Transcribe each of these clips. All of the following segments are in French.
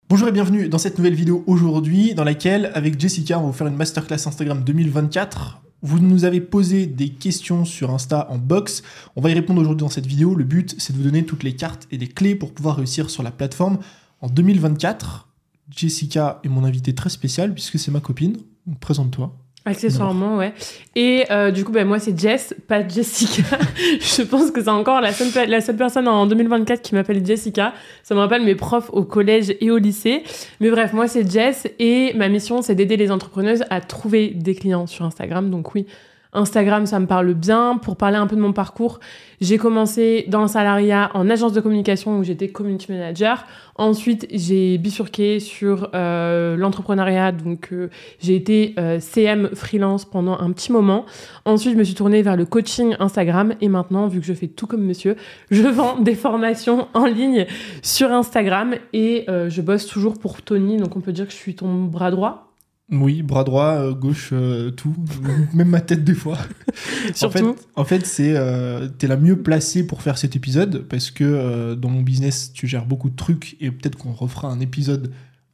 Bonjour et bienvenue dans cette nouvelle vidéo aujourd'hui dans laquelle, avec Jessica, on va vous faire une masterclass Instagram 2024. Vous nous avez posé des questions sur Insta en box. On va y répondre aujourd'hui dans cette vidéo. Le but, c'est de vous donner toutes les cartes et les clés pour pouvoir réussir sur la plateforme en 2024. Jessica est mon invitée très spéciale puisque c'est ma copine. Donc, présente-toi. Accessoirement, ouais. Et du coup, moi, c'est Jess, pas Jessica. Je pense que c'est encore la seule personne en 2024 qui m'appelle Jessica. Ça me rappelle mes profs au collège et au lycée. Mais bref, moi, c'est Jess et ma mission, c'est d'aider les entrepreneuses à trouver des clients sur Instagram. Donc oui, Instagram, ça me parle bien. Pour parler un peu de mon parcours, j'ai commencé dans le salariat en agence de communication où j'étais community manager. Ensuite, j'ai bifurqué sur l'entrepreneuriat. Donc, j'ai été CM freelance pendant un petit moment. Ensuite, je me suis tournée vers le coaching Instagram. Et maintenant, vu que je fais tout comme monsieur, je vends des formations en ligne sur Instagram. Et je bosse toujours pour Tony. Donc, on peut dire que je suis ton bras droit. Oui, bras droit, gauche, tout. Même ma tête des fois. Surtout. En fait, t'es la mieux placée pour faire cet épisode parce que dans mon business, tu gères beaucoup de trucs et peut-être qu'on refera un épisode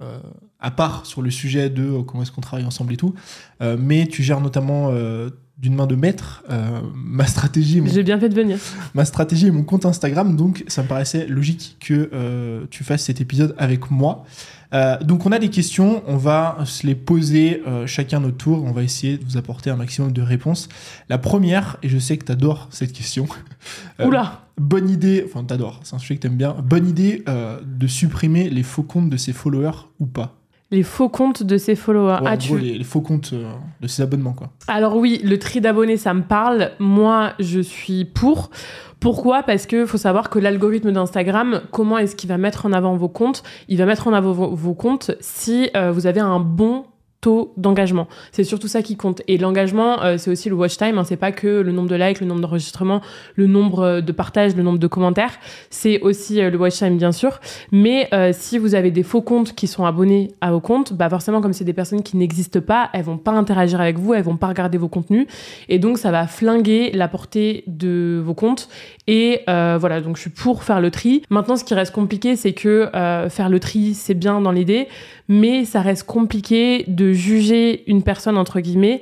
à part sur le sujet de comment est-ce qu'on travaille ensemble et tout. Mais tu gères notamment d'une main de maître ma stratégie. J'ai bien fait de venir. Ma stratégie et mon compte Instagram, donc ça me paraissait logique que tu fasses cet épisode avec moi. Donc on a des questions, on va se les poser chacun notre tour, on va essayer de vous apporter un maximum de réponses. La première, et je sais que t'adores cette question. Oula. Bonne idée, enfin t'adores, c'est un sujet que t'aimes bien. Bonne idée de supprimer les faux comptes de ses followers ou pas? Les faux comptes de ses followers. Ouais, en gros, les faux comptes de ses abonnements, quoi. Alors oui, le tri d'abonnés, ça me parle. Moi, je suis pour. Pourquoi ? Parce que faut savoir que l'algorithme d'Instagram, comment est-ce qu'il va mettre en avant vos comptes ? Il va mettre en avant vos comptes si vous avez un bon taux d'engagement. C'est surtout ça qui compte. Et l'engagement, c'est aussi le watch time. C'est pas que le nombre de likes, le nombre d'enregistrements, le nombre de partages, le nombre de commentaires. C'est aussi le watch time, bien sûr. Mais si vous avez des faux comptes qui sont abonnés à vos comptes, forcément, comme c'est des personnes qui n'existent pas, elles vont pas interagir avec vous, elles vont pas regarder vos contenus. Et donc, ça va flinguer la portée de vos comptes. Et voilà, donc je suis pour faire le tri. Maintenant, ce qui reste compliqué, c'est que faire le tri, c'est bien dans l'idée, mais ça reste compliqué de juger une personne, entre guillemets,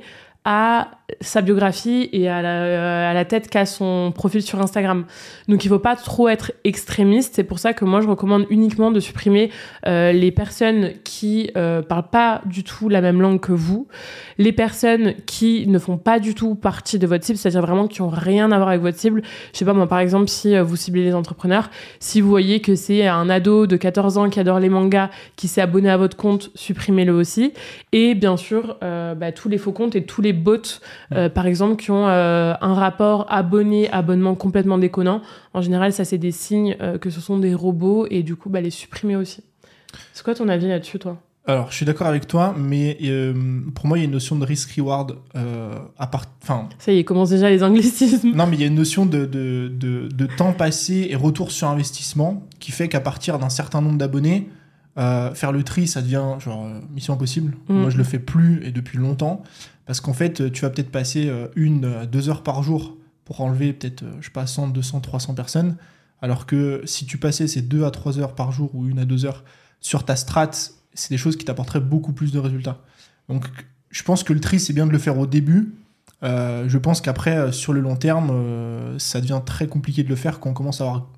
à sa biographie et à la tête qu'a son profil sur Instagram. Donc il faut pas trop être extrémiste. C'est pour ça que moi je recommande uniquement de supprimer les personnes qui parlent pas du tout la même langue que vous, les personnes qui ne font pas du tout partie de votre cible, c'est-à-dire vraiment qui ont rien à voir avec votre cible. Je sais pas moi, par exemple, si vous ciblez les entrepreneurs, si vous voyez que c'est un ado de 14 ans qui adore les mangas qui s'est abonné à votre compte, supprimez-le aussi. Et bien sûr tous les faux comptes et tous les bots par exemple, qui ont un rapport abonnement complètement déconnant. En général, ça, c'est des signes que ce sont des robots et du coup, les supprimer aussi. C'est quoi ton avis là-dessus, toi ? Alors, je suis d'accord avec toi, mais pour moi, il y a une notion de risk-reward Ça y est, commence déjà les anglicismes. Non, mais il y a une notion de temps passé et retour sur investissement qui fait qu'à partir d'un certain nombre d'abonnés, faire le tri, ça devient mission impossible. Moi, je le fais plus et depuis longtemps. Parce qu'en fait, tu vas peut-être passer 1 à 2 heures par jour pour enlever peut-être, 100, 200, 300 personnes. Alors que si tu passais ces 2 à 3 heures par jour ou 1 à 2 heures sur ta strat, c'est des choses qui t'apporteraient beaucoup plus de résultats. Donc, je pense que le tri, c'est bien de le faire au début. Je pense qu'après, sur le long terme, ça devient très compliqué de le faire quand on commence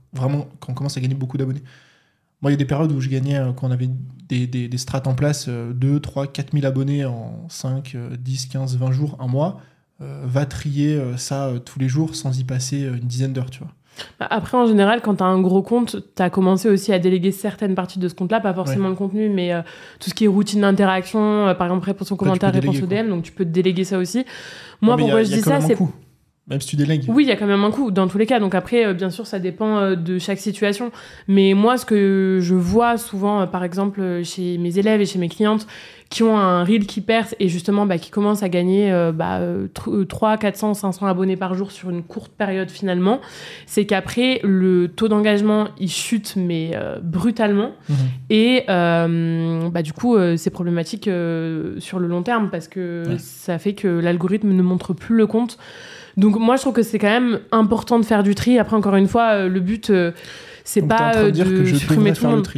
à gagner beaucoup d'abonnés. Moi, il y a des périodes où je gagnais, quand on avait des strats en place, 2, 3, 4 000 abonnés en 5, 10, 15, 20 jours, un mois. Va trier ça tous les jours sans y passer une dizaine d'heures, tu vois. Après, en général, quand tu as un gros compte, tu as commencé aussi à déléguer certaines parties de ce compte-là, pas forcément le contenu, mais tout ce qui est routine d'interaction, par exemple, réponse aux commentaires, réponse aux DM, donc tu peux te déléguer ça aussi. Moi, pourquoi je dis ça, c'est... Même si tu délègues. Oui, il y a quand même un coût, dans tous les cas. Donc après, bien sûr, ça dépend de chaque situation. Mais moi, ce que je vois souvent, par exemple, chez mes élèves et chez mes clientes qui ont un reel qui perce et justement qui commencent à gagner 300, 400, 500 abonnés par jour sur une courte période finalement, c'est qu'après, le taux d'engagement, il chute, mais brutalement. Et du coup, c'est problématique sur le long terme parce que ça fait que l'algorithme ne montre plus le compte. Donc moi, je trouve que c'est quand même important de faire du tri. Après, encore une fois, le but, c'est donc pas de dire que je supprimer tout le monde. Tri.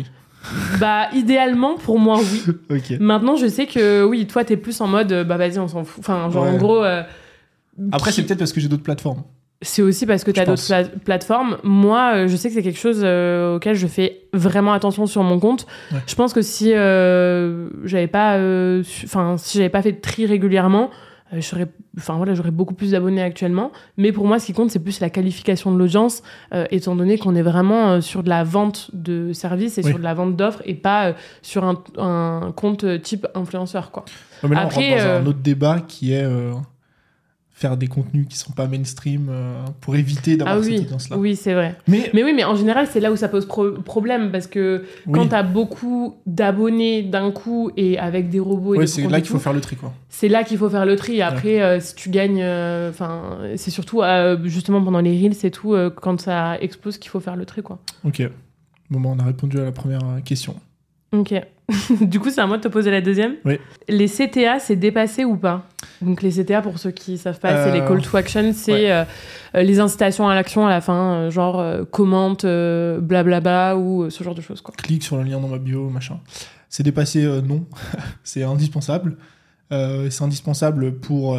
Idéalement, pour moi, oui. Ok. Maintenant, je sais que, oui, toi, t'es plus en mode, vas-y, on s'en fout. Enfin, genre, en gros... Après, c'est peut-être parce que j'ai d'autres plateformes. C'est aussi parce que t'as d'autres plateformes. Moi, je sais que c'est quelque chose auquel je fais vraiment attention sur mon compte. Ouais. Je pense que si j'avais pas fait de tri régulièrement, j'aurais beaucoup plus d'abonnés actuellement. Mais pour moi, ce qui compte, c'est plus la qualification de l'audience, étant donné qu'on est vraiment sur de la vente de services et sur de la vente d'offres et pas sur un compte type influenceur, quoi. Ouais, mais là, on rentre dans un autre débat qui est faire des contenus qui sont pas mainstream pour éviter d'avoir cette audience-là. Oui, c'est vrai. Mais en général, c'est là où ça pose problème, parce que quand t'as beaucoup d'abonnés d'un coup et avec des robots... et c'est là qu'il faut faire le tri, quoi. C'est là qu'il faut faire le tri. Après, si tu gagnes... c'est surtout, justement, pendant les Reels et tout, quand ça explose, qu'il faut faire le tri, quoi. Ok. Bon, on a répondu à la première question. Ok. Du coup, c'est à moi de te poser la deuxième. Oui. Les CTA, c'est dépassé ou pas? Donc, les CTA, pour ceux qui savent pas, c'est les call to action, c'est les incitations à l'action à la fin, commente, blablabla, ou ce genre de choses, quoi. Clique sur le lien dans ma bio, machin. C'est dépassé, non. C'est indispensable. C'est indispensable pour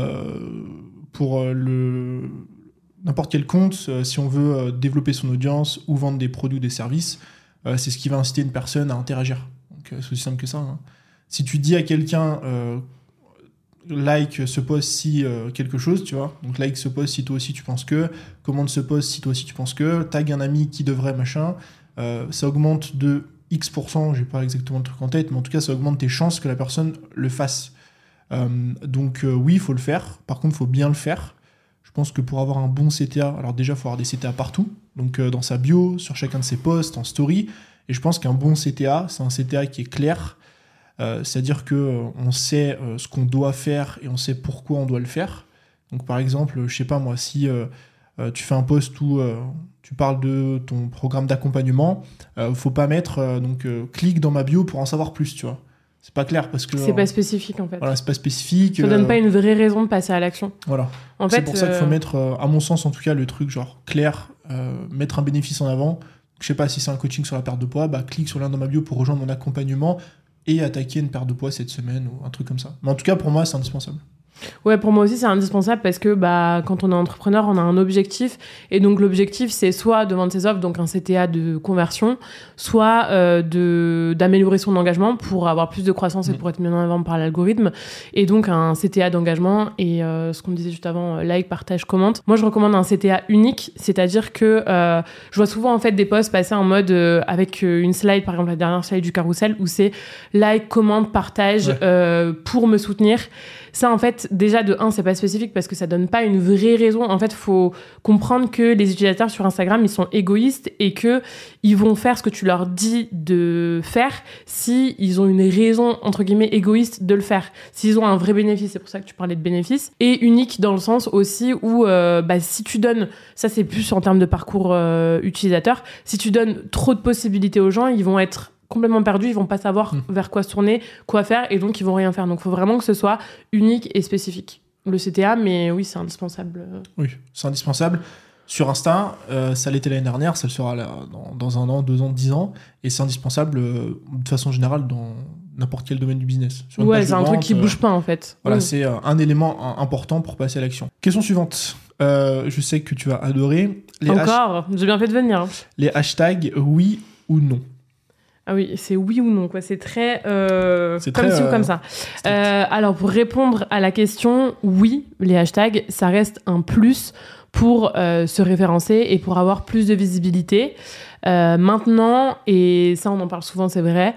n'importe quel compte, si on veut développer son audience ou vendre des produits ou des services. C'est ce qui va inciter une personne à interagir. Donc, c'est aussi simple que ça. Hein. Si tu dis à quelqu'un like ce post si quelque chose, tu vois, donc like ce post si toi aussi tu penses que, commente ce post si toi aussi tu penses que, tag un ami qui devrait machin, ça augmente de X%, j'ai pas exactement le truc en tête, mais en tout cas ça augmente tes chances que la personne le fasse. Donc oui, il faut le faire. Par contre, il faut bien le faire. Je pense que pour avoir un bon CTA, alors déjà, il faut avoir des CTA partout. Donc dans sa bio, sur chacun de ses posts, en story. Et je pense qu'un bon CTA, c'est un CTA qui est clair. C'est-à-dire qu'on sait ce qu'on doit faire et on sait pourquoi on doit le faire. Donc par exemple, je sais pas moi, si tu fais un post où tu parles de ton programme d'accompagnement, faut pas mettre clique dans ma bio pour en savoir plus, tu vois. C'est pas clair parce que... C'est pas spécifique, en fait. Voilà, c'est pas spécifique. Ça donne pas une vraie raison de passer à l'action. Voilà. C'est pour ça qu'il faut mettre, à mon sens en tout cas, le truc genre clair, mettre un bénéfice en avant. Je sais pas si c'est un coaching sur la perte de poids, clique sur le lien dans ma bio pour rejoindre mon accompagnement et attaquer une perte de poids cette semaine ou un truc comme ça. Mais en tout cas, pour moi, c'est indispensable. Ouais, pour moi aussi, c'est indispensable parce que quand on est entrepreneur, on a un objectif. Et donc, l'objectif, c'est soit de vendre ses offres, donc un CTA de conversion, soit d'améliorer son engagement pour avoir plus de croissance et pour être mis en avant par l'algorithme. Et donc, un CTA d'engagement et ce qu'on disait juste avant, like, partage, commente. Moi, je recommande un CTA unique, c'est-à-dire que je vois souvent en fait des posts passer en mode avec une slide, par exemple la dernière slide du carrousel, où c'est like, commente, partage pour me soutenir. Ça, en fait, déjà, de 1, c'est pas spécifique parce que ça donne pas une vraie raison. En fait, faut comprendre que les utilisateurs sur Instagram, ils sont égoïstes et que ils vont faire ce que tu leur dis de faire si ils ont une raison, entre guillemets, égoïste de le faire. S'ils ont un vrai bénéfice, c'est pour ça que tu parlais de bénéfice. Et unique dans le sens aussi où, si tu donnes, ça c'est plus en termes de parcours utilisateur, si tu donnes trop de possibilités aux gens, ils vont être complètement perdus, ils vont pas savoir vers quoi se tourner, quoi faire, et donc ils vont rien faire. Donc il faut vraiment que ce soit unique et spécifique. Le CTA, mais oui, c'est indispensable. Oui, c'est indispensable. Sur Insta, ça l'était l'année dernière, ça le sera là, dans 1 an, 2 ans, 10 ans, et c'est indispensable de façon générale dans n'importe quel domaine du business. Ouais, c'est un truc qui bouge pas en fait. Voilà, c'est un élément important pour passer à l'action. Question suivante. Je sais que tu vas adorer. J'ai bien fait de venir. Les hashtags oui ou non. Ah oui, c'est oui ou non, quoi. C'est très comme ci ou comme ça. Alors, pour répondre à la question, oui, les hashtags, ça reste un plus pour se référencer et pour avoir plus de visibilité. Maintenant, et ça on en parle souvent, c'est vrai,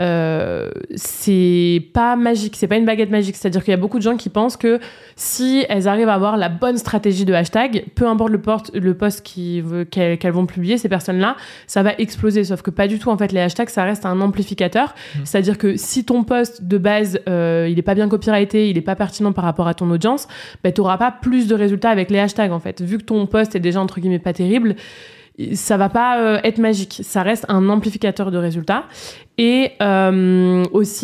c'est pas magique, c'est pas une baguette magique. C'est-à-dire qu'il y a beaucoup de gens qui pensent que si elles arrivent à avoir la bonne stratégie de hashtag, peu importe le post qu'elles vont publier, ces personnes-là, ça va exploser. Sauf que pas du tout, en fait, les hashtags, ça reste un amplificateur. C'est-à-dire que si ton post de base, il est pas bien copyrighté, il est pas pertinent par rapport à ton audience, t'auras pas plus de résultats avec les hashtags, en fait. Vu que ton post est déjà, entre guillemets, pas terrible, ça va pas être magique. Ça reste un amplificateur de résultats. Et aussi,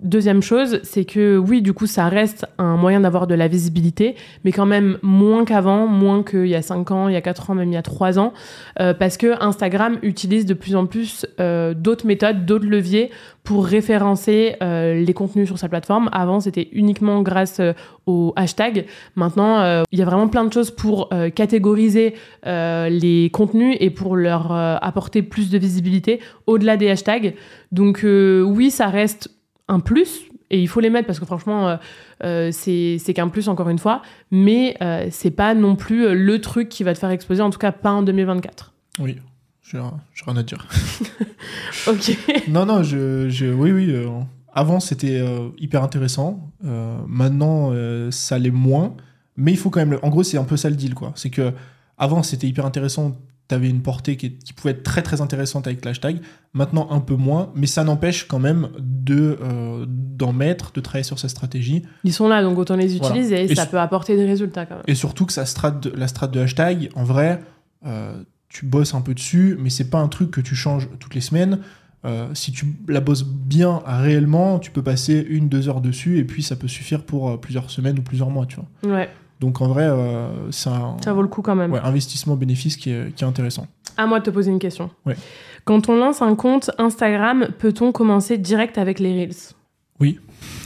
Deuxième chose, c'est que oui, du coup, ça reste un moyen d'avoir de la visibilité, mais quand même moins qu'avant, moins qu'il y a 5 ans, il y a 4 ans, même il y a 3 ans, parce que Instagram utilise de plus en plus d'autres méthodes, d'autres leviers pour référencer les contenus sur sa plateforme. Avant, c'était uniquement grâce aux hashtags. Maintenant, il y a vraiment plein de choses pour catégoriser les contenus et pour leur apporter plus de visibilité au-delà des hashtags. Donc oui, ça reste un plus, et il faut les mettre parce que franchement, c'est qu'un plus encore une fois, mais c'est pas non plus le truc qui va te faire exploser, en tout cas pas en 2024. Oui, j'ai rien à dire. Ok. Non, oui. Avant, c'était hyper intéressant. Maintenant, ça l'est moins. Mais il faut quand même... En gros, c'est un peu ça le deal, quoi. C'est que avant, c'était hyper intéressant. T'avais une portée qui pouvait être très, très intéressante avec l'hashtag. Maintenant, un peu moins. Mais ça n'empêche quand même d'en mettre, de travailler sur sa stratégie. Ils sont là, donc autant les utiliser. Voilà. Et ça peut apporter des résultats, quand même. Et surtout que la strat de hashtag, en vrai, tu bosses un peu dessus, mais c'est pas un truc que tu changes toutes les semaines. Si tu la bosses bien réellement, tu peux passer 1-2 heures dessus et puis ça peut suffire pour plusieurs semaines ou plusieurs mois, tu vois. Ouais. Donc en vrai, c'est ça vaut le coup quand même. Ouais, investissement-bénéfice qui est intéressant. À moi de te poser une question. Ouais. Quand on lance un compte Instagram, peut-on commencer direct avec les Reels ? Oui.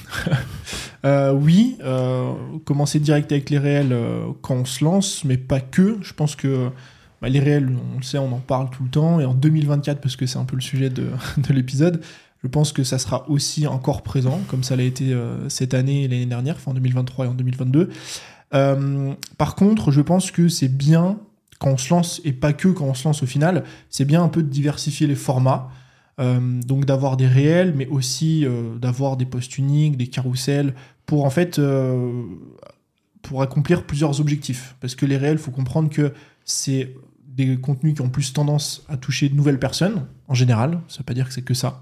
Oui, commencer direct avec les réels quand on se lance, mais pas que. Je pense que les réels, on le sait, on en parle tout le temps. Et en 2024, parce que c'est un peu le sujet de l'épisode, je pense que ça sera aussi encore présent, comme ça l'a été cette année et l'année dernière, enfin en 2023 et en 2022. Par contre, je pense que c'est bien, quand on se lance, et pas que quand on se lance au final, c'est bien un peu de diversifier les formats. Donc d'avoir des réels, mais aussi d'avoir des posts uniques, des carousels, pour en fait pour accomplir plusieurs objectifs. Parce que les réels, il faut comprendre que c'est des contenus qui ont plus tendance à toucher de nouvelles personnes, en général, ça ne veut pas dire que c'est que ça,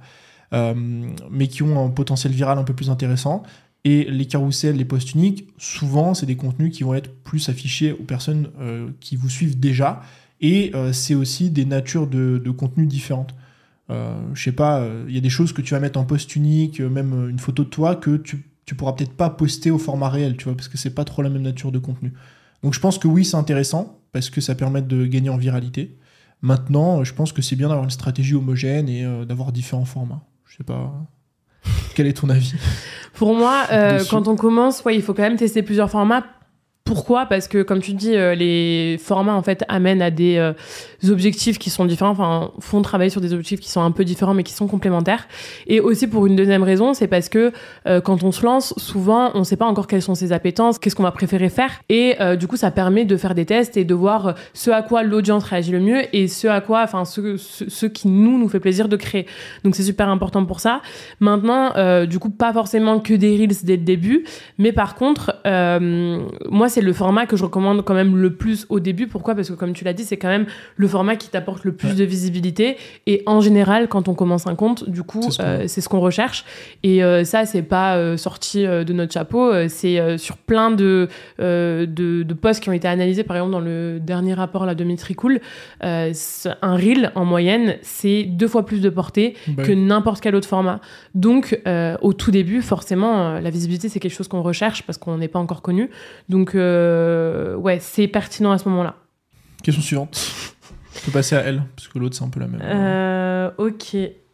mais qui ont un potentiel viral un peu plus intéressant. Et les carousels, les posts uniques, souvent, c'est des contenus qui vont être plus affichés aux personnes qui vous suivent déjà. Et c'est aussi des natures de contenus différentes. Je sais pas, il y a des choses que tu vas mettre en post unique, même une photo de toi, que tu pourras peut-être pas poster au format réel, tu vois, parce que c'est pas trop la même nature de contenu. Donc je pense que oui, c'est intéressant, parce que ça permet de gagner en viralité. Maintenant, je pense que c'est bien d'avoir une stratégie homogène et d'avoir différents formats. Je sais pas... Quel est ton avis ? Pour moi, quand on commence, il faut quand même tester plusieurs formats. Pourquoi ? Parce que, comme tu dis, les formats, en fait, amènent à des objectifs qui sont différents, enfin, font travailler sur des objectifs qui sont un peu différents, mais qui sont complémentaires. Et aussi, pour une deuxième raison, c'est parce que quand on se lance, souvent, on ne sait pas encore quelles sont ses appétences, qu'est-ce qu'on va préférer faire. Et du coup, ça permet de faire des tests et de voir ce à quoi l'audience réagit le mieux et ce à quoi, enfin, ce qui nous fait plaisir de créer. Donc, c'est super important pour ça. Maintenant, du coup, pas forcément que des Reels dès le début, mais par contre, moi, c'est le format que je recommande quand même le plus au début. Pourquoi ? Parce que comme tu l'as dit, c'est quand même le format qui t'apporte le plus de visibilité. Et en général, quand on commence un compte, du coup, c'est ce qu'on recherche. Et ça, c'est pas sorti de notre chapeau. C'est sur plein de posts qui ont été analysés. Par exemple, dans le dernier rapport là, de Metricool, un Reel, en moyenne, c'est 2 fois plus de portée que n'importe quel autre format. Donc, au tout début, forcément, la visibilité, c'est quelque chose qu'on recherche parce qu'on n'est pas encore connu. Donc, ouais, c'est pertinent à ce moment-là. Question suivante. On peut passer à elle, parce que l'autre, c'est un peu la même. Ok.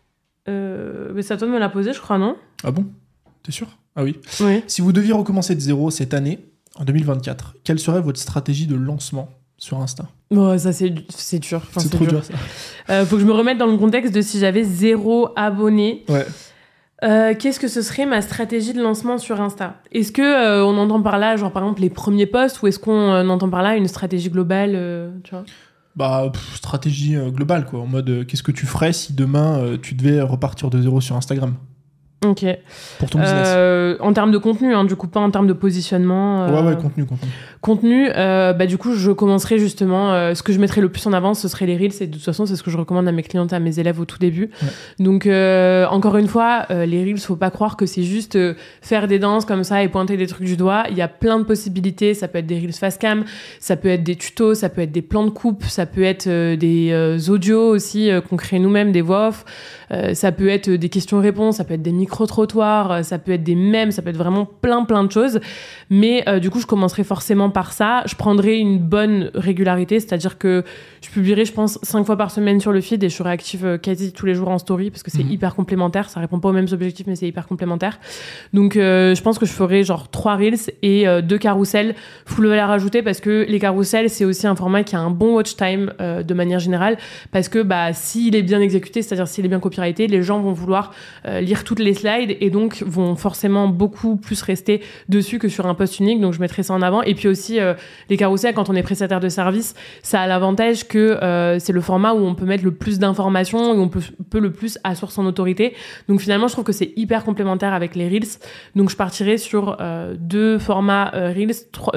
Mais c'est à toi de me la poser, je crois, non ? Ah bon ? T'es sûr ? Ah oui. Oui. Si vous deviez recommencer de zéro cette année, en 2024, quelle serait votre stratégie de lancement sur Insta ? Bon, ça, c'est dur. Enfin, c'est trop dur, ça. Faut que je me remette dans le contexte de si j'avais 0 abonnés. Ouais. Qu'est-ce que ce serait ma stratégie de lancement sur Insta ? Est-ce que on entend par là, genre par exemple les premiers posts, ou est-ce qu'on entend par là une stratégie globale, tu vois ? Bah, stratégie globale, quoi. En mode, qu'est-ce que tu ferais si demain tu devais repartir de zéro sur Instagram ? Ok. Pour ton business. En termes de contenu, hein, du coup, pas en termes de positionnement. Ouais, contenu. Contenu, du coup, je commencerai justement... ce que je mettrais le plus en avant, ce serait les Reels. Et de toute façon, c'est ce que je recommande à mes clientes et à mes élèves au tout début. Ouais. Donc, encore une fois, les Reels, faut pas croire que c'est juste faire des danses comme ça et pointer des trucs du doigt. Il y a plein de possibilités. Ça peut être des Reels fast cam, ça peut être des tutos, ça peut être des plans de coupe, ça peut être des audios aussi qu'on crée nous-mêmes, des voix off. Ça peut être des questions-réponses, ça peut être des micros micro-trottoirs, ça peut être des mèmes, ça peut être vraiment plein de choses. Mais du coup, je commencerai forcément par ça. Je prendrai une bonne régularité, c'est-à-dire que je publierai, je pense, 5 fois par semaine sur le feed et je serai active quasi tous les jours en story parce que c'est hyper complémentaire. Ça répond pas aux mêmes objectifs, mais c'est hyper complémentaire. Donc, je pense que je ferai genre 3 reels et 2 carousels full valeur ajoutée parce que les carousels, c'est aussi un format qui a un bon watch time de manière générale parce que s'il est bien exécuté, c'est-à-dire s'il est bien copyrighté, les gens vont vouloir lire toutes les slides et donc vont forcément beaucoup plus rester dessus que sur un post unique. Donc je mettrai ça en avant. Et puis aussi les carousels, quand on est prestataire de service, ça a l'avantage que c'est le format où on peut mettre le plus d'informations et on peut le plus asseoir son autorité. Donc finalement, je trouve que c'est hyper complémentaire avec les reels. Donc je partirai sur 2 formats reels,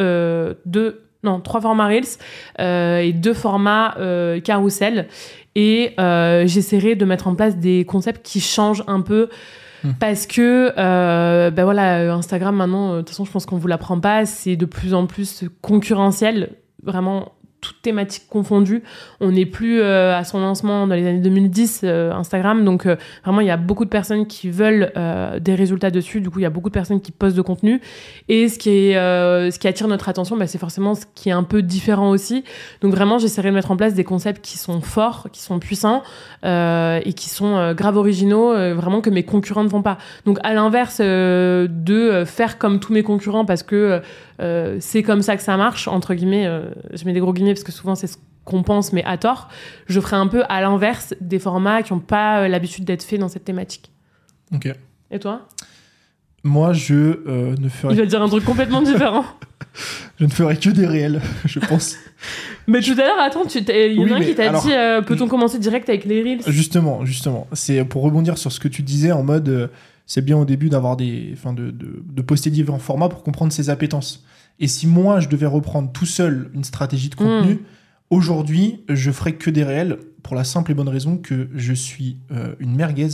3 formats reels et 2 formats carousel. Et j'essaierai de mettre en place des concepts qui changent un peu parce que Instagram maintenant, de toute façon je pense qu'on vous l'apprend pas, c'est de plus en plus concurrentiel, vraiment toutes thématiques confondues. On n'est plus à son lancement dans les années 2010 Instagram, donc vraiment il y a beaucoup de personnes qui veulent des résultats dessus. Du coup il y a beaucoup de personnes qui postent de contenu et ce qui attire notre attention, c'est forcément ce qui est un peu différent aussi. Donc vraiment j'essaierai de mettre en place des concepts qui sont forts, qui sont puissants et qui sont grave originaux, vraiment que mes concurrents ne font pas. Donc à l'inverse de faire comme tous mes concurrents parce que c'est comme ça que ça marche, entre guillemets, je mets des gros guillemets parce que souvent c'est ce qu'on pense mais à tort, je ferai un peu à l'inverse des formats qui n'ont pas l'habitude d'être faits dans cette thématique. Ok. Et toi ? Moi je ne ferai... Il va dire un truc complètement différent. Je ne ferai que des réels, je pense. Mais tout à l'heure, attends, il y en a un qui t'a dit peut-on commencer direct avec les reels ? Justement, c'est pour rebondir sur ce que tu disais en mode c'est bien au début d'avoir de poster différents formats pour comprendre ses appétences. Et si moi je devais reprendre tout seul une stratégie de contenu, aujourd'hui je ferais que des réels pour la simple et bonne raison que je suis une merguez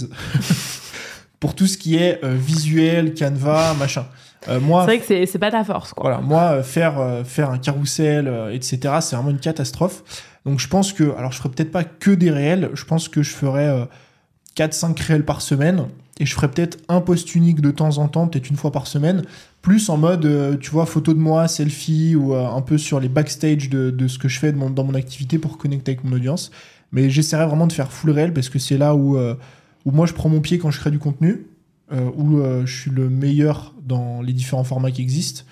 pour tout ce qui est visuel, Canva, machin. Moi, c'est vrai que c'est pas ta force, quoi. Voilà, moi, faire un carrousel, etc., c'est vraiment une catastrophe. Donc, je pense que... Alors, je ferais peut-être pas que des réels. Je pense que je ferais 4-5 réels par semaine. Et je ferais peut-être un post unique de temps en temps, peut-être une fois par semaine. Plus en mode, tu vois, photo de moi, selfie, ou un peu sur les backstage de ce que je fais dans mon activité pour connecter avec mon audience. Mais j'essaierai vraiment de faire full réel parce que c'est là où moi, je prends mon pied quand je crée du contenu. Où je suis le meilleur dans les différents formats qui existent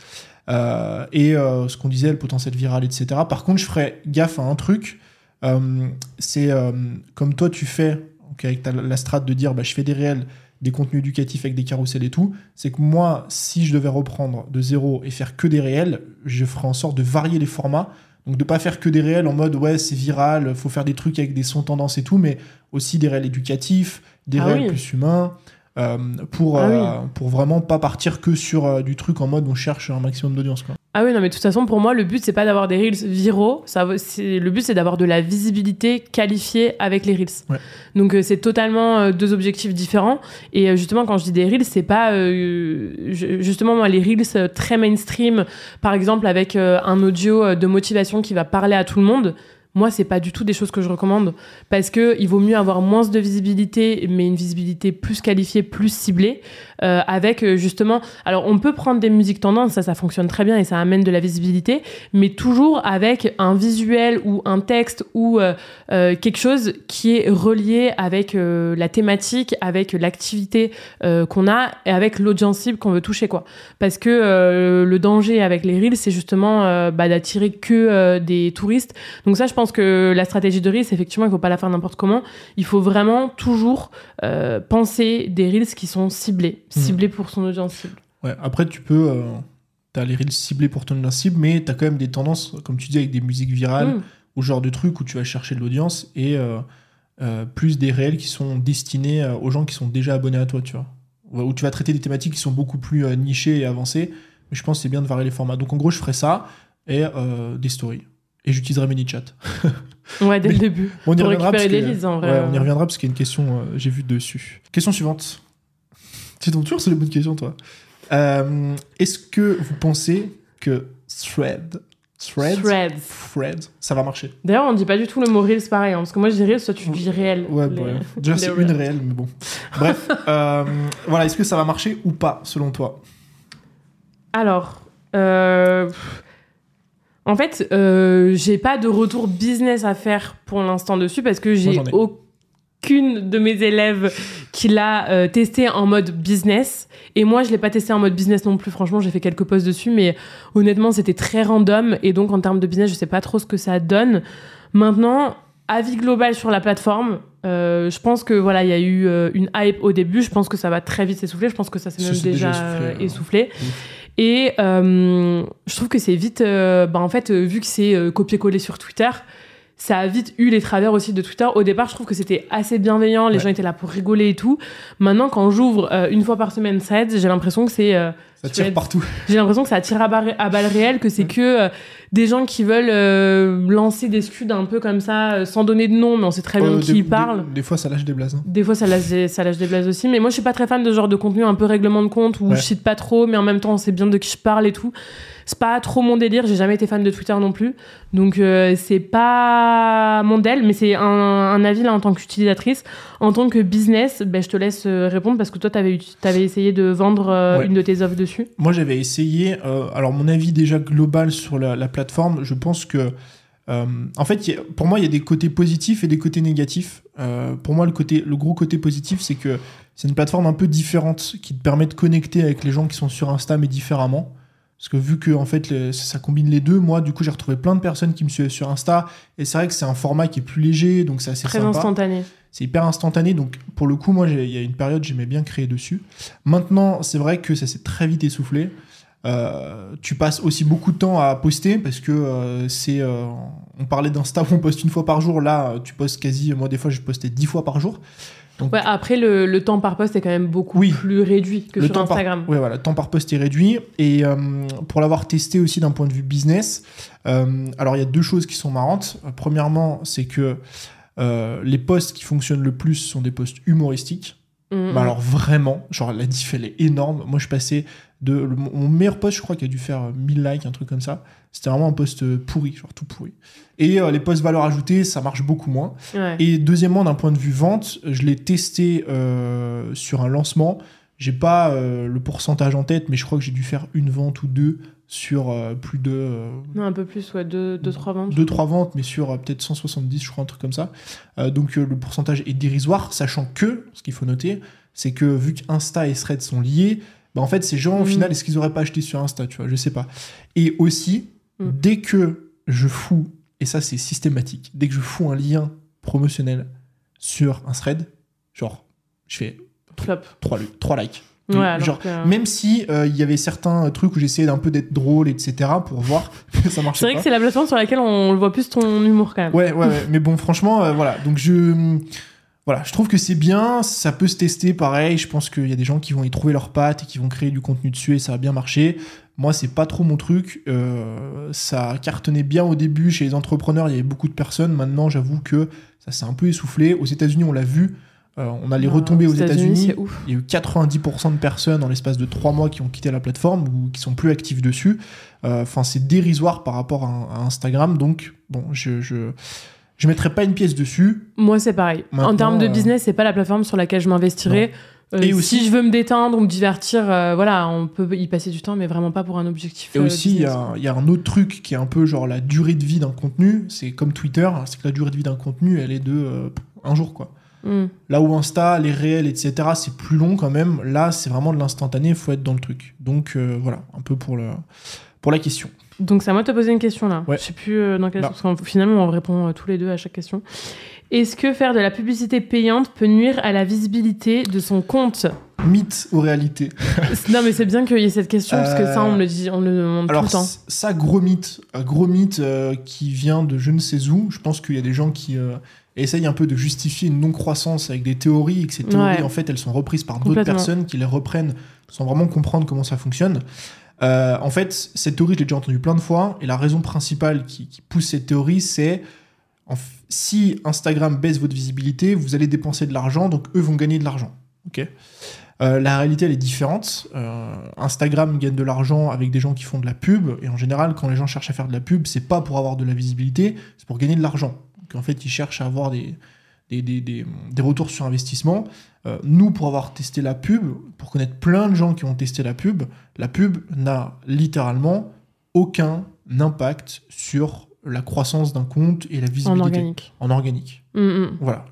et ce qu'on disait, le potentiel viral, etc. Par contre, je ferais gaffe à un truc, c'est comme toi tu fais avec la strat de dire je fais des réels, des contenus éducatifs avec des carousels et tout, c'est que moi, si je devais reprendre de zéro et faire que des réels, je ferais en sorte de varier les formats. Donc de pas faire que des réels en mode c'est viral, faut faire des trucs avec des sons tendances et tout, mais aussi des réels éducatifs, des réels plus humains, pour vraiment pas partir que sur du truc en mode on cherche un maximum d'audience, quoi. Ah oui, non, mais de toute façon, pour moi, le but, c'est pas d'avoir des reels viraux. Le but, c'est d'avoir de la visibilité qualifiée avec les reels. Ouais. Donc, c'est totalement 2 objectifs différents. Et justement, quand je dis des reels, c'est pas... justement, moi, les reels très mainstream, par exemple, avec un audio de motivation qui va parler à tout le monde... Moi, c'est pas du tout des choses que je recommande parce que il vaut mieux avoir moins de visibilité, mais une visibilité plus qualifiée, plus ciblée, avec justement. Alors, on peut prendre des musiques tendances, ça fonctionne très bien et ça amène de la visibilité, mais toujours avec un visuel ou un texte ou quelque chose qui est relié avec la thématique, avec l'activité qu'on a et avec l'audience cible qu'on veut toucher, quoi. Parce que le danger avec les reels, c'est justement d'attirer que des touristes. Donc ça, je pense que la stratégie de Reels, effectivement, il ne faut pas la faire n'importe comment. Il faut vraiment toujours penser des Reels qui sont ciblés pour son audience cible. Ouais, après, tu peux... t'as les Reels ciblés pour ton audience cible, mais t'as quand même des tendances, comme tu dis, avec des musiques virales, ou genre de trucs où tu vas chercher de l'audience, et plus des réels qui sont destinés aux gens qui sont déjà abonnés à toi, tu vois. Où tu vas traiter des thématiques qui sont beaucoup plus nichées et avancées, mais je pense que c'est bien de varier les formats. Donc en gros, je ferai ça, et des stories. Et j'utiliserai ManyChat. Ouais, dès le début. On y pour reviendra récupérer des leads, en vrai. Ouais, on y reviendra parce qu'il y a une question, j'ai vu dessus. Question suivante. Tu tombes toujours sur les bonnes questions, toi. Est-ce que vous pensez que Thread Threads, ça va marcher. D'ailleurs, on dit pas du tout le mot Reels pareil, parce que moi je dis Reels, toi tu dis réel. Ouais, déjà c'est une réelle, mais bon. Bref, voilà, est-ce que ça va marcher ou pas, selon toi? Alors, en fait, j'ai pas de retour business à faire pour l'instant dessus, parce que j'ai aucune de mes élèves qui l'a testé en mode business. Et moi, je l'ai pas testé en mode business non plus. Franchement, j'ai fait quelques posts dessus, mais honnêtement, c'était très random. Et donc, en termes de business, je sais pas trop ce que ça donne. Maintenant, avis global sur la plateforme. Je pense que voilà, il y a eu une hype au début. Je pense que ça va très vite s'essouffler. Je pense que ça s'est même déjà essoufflé. Et je trouve que c'est vite... en fait, vu que c'est copier-coller sur Twitter, ça a vite eu les travers aussi de Twitter. Au départ, je trouve que c'était assez bienveillant. Les gens étaient là pour rigoler et tout. Maintenant, quand j'ouvre une fois par semaine Threads, j'ai l'impression que c'est... ça tire partout. J'ai l'impression que ça tire à balles réelles, que c'est que des gens qui veulent lancer des scuds un peu comme ça, sans donner de nom, mais on sait très bien qui parle. Des fois, ça lâche des blazes. Hein. Des fois, ça lâche des blazes aussi. Mais moi, je suis pas très fan de ce genre de contenu un peu règlement de compte, où je cite pas trop, mais en même temps, on sait bien de qui je parle et tout. C'est pas trop mon délire. J'ai jamais été fan de Twitter non plus. Donc, c'est pas mon del, mais c'est un avis là en tant qu'utilisatrice. En tant que business, je te laisse répondre, parce que toi, t'avais essayé de vendre une de tes offres dessus. Moi, j'avais essayé. Alors, mon avis déjà global sur la plateforme, je pense que en fait, pour moi, il y a des côtés positifs et des côtés négatifs. Pour moi, le gros côté positif, c'est que c'est une plateforme un peu différente qui te permet de connecter avec les gens qui sont sur Insta, mais différemment. Parce que vu que en fait, ça combine les deux, moi, du coup, j'ai retrouvé plein de personnes qui me suivaient sur Insta. Et c'est vrai que c'est un format qui est plus léger, donc c'est assez très sympa. Instantané. C'est hyper instantané, donc pour le coup, moi, il y a une période, j'aimais bien créer dessus. Maintenant, c'est vrai que ça s'est très vite essoufflé. Tu passes aussi beaucoup de temps à poster, parce que on parlait d'Insta où on poste une fois par jour. Là, tu postes quasi... Moi, des fois, je postais 10 fois par jour. Donc, ouais, après, le temps par post est quand même beaucoup plus réduit que sur Instagram. Oui, voilà, le temps par post est réduit. Et pour l'avoir testé aussi d'un point de vue business, alors il y a deux choses qui sont marrantes. Premièrement, c'est que les posts qui fonctionnent le plus sont des posts humoristiques. Bah alors vraiment, genre la diff elle est énorme. Moi je passais mon meilleur post, je crois qu'il a dû faire 1000 likes, un truc comme ça. C'était vraiment un post pourri, genre tout pourri. Et les posts valeur ajoutée, ça marche beaucoup moins. Ouais. Et deuxièmement, d'un point de vue vente, je l'ai testé sur un lancement. J'ai pas le pourcentage en tête, mais je crois que j'ai dû faire une vente ou deux sur plus de... non, un peu plus, ouais, 2-3 ventes. 2-3 ventes, mais sur peut-être 170, je crois, un truc comme ça. Donc le pourcentage est dérisoire, sachant que, ce qu'il faut noter, c'est que vu qu'Insta et Threads sont liés, bah en fait, ces gens, au final, est-ce qu'ils auraient pas acheté sur Insta, tu vois, je sais pas. Et aussi, dès que je fous, et ça c'est systématique, dès que je fous un lien promotionnel sur un thread, genre, je fais 3 likes. Ouais, genre, même si il y avait certains trucs où j'essayais d'un peu d'être drôle, etc., pour voir que ça marchait. C'est vrai que c'est la plateforme sur laquelle on le voit plus ton humour quand même. Ouais. Mais bon, franchement, voilà. Donc je trouve que c'est bien, ça peut se tester pareil. Je pense qu'il y a des gens qui vont y trouver leurs pattes et qui vont créer du contenu dessus et ça va bien marcher. Moi, c'est pas trop mon truc. Ça cartonnait bien au début chez les entrepreneurs, il y avait beaucoup de personnes. Maintenant, j'avoue que ça s'est un peu essoufflé. Aux États-Unis, on l'a vu. On a les retombées aux États-Unis. Il y a eu 90% de personnes en l'espace de 3 mois qui ont quitté la plateforme ou qui sont plus actives dessus. Enfin, c'est dérisoire par rapport à Instagram. Donc, bon, je mettrai pas une pièce dessus. Moi, c'est pareil. Maintenant, en termes de business, c'est pas la plateforme sur laquelle je m'investirai. Et aussi, si je veux me détendre ou me divertir, voilà, on peut y passer du temps, mais vraiment pas pour un objectif. Et aussi, il y a un autre truc qui est un peu genre la durée de vie d'un contenu. C'est comme Twitter, c'est que la durée de vie d'un contenu, elle est de un jour, quoi. Là où Insta, les réels, etc., c'est plus long quand même. Là, c'est vraiment de l'instantané, il faut être dans le truc. Donc voilà, un peu pour la question. Donc c'est à moi de te poser une question là. Ouais. Je sais plus dans quelle parce que finalement on répond tous les deux à chaque question. Est-ce que faire de la publicité payante peut nuire à la visibilité de son compte ? Mythe ou réalité ? Non mais c'est bien qu'il y ait cette question parce que ça on le demande tout le temps. Ça, gros mythe qui vient de je ne sais où. Je pense qu'il y a des gens qui essayent un peu de justifier une non-croissance avec des théories et que ces théories en fait elles sont reprises par d'autres personnes qui les reprennent sans vraiment comprendre comment ça fonctionne. En fait, cette théorie, je l'ai déjà entendue plein de fois, et la raison principale qui pousse cette théorie, c'est si Instagram baisse votre visibilité, vous allez dépenser de l'argent, donc eux vont gagner de l'argent. Okay. La réalité, elle est différente. Instagram gagne de l'argent avec des gens qui font de la pub, et en général, quand les gens cherchent à faire de la pub, c'est pas pour avoir de la visibilité, c'est pour gagner de l'argent. Donc en fait, ils cherchent à avoir des retours sur investissement. Nous, pour avoir testé la pub, pour connaître plein de gens qui ont testé la pub n'a littéralement aucun impact sur la croissance d'un compte et la visibilité. En organique. Voilà.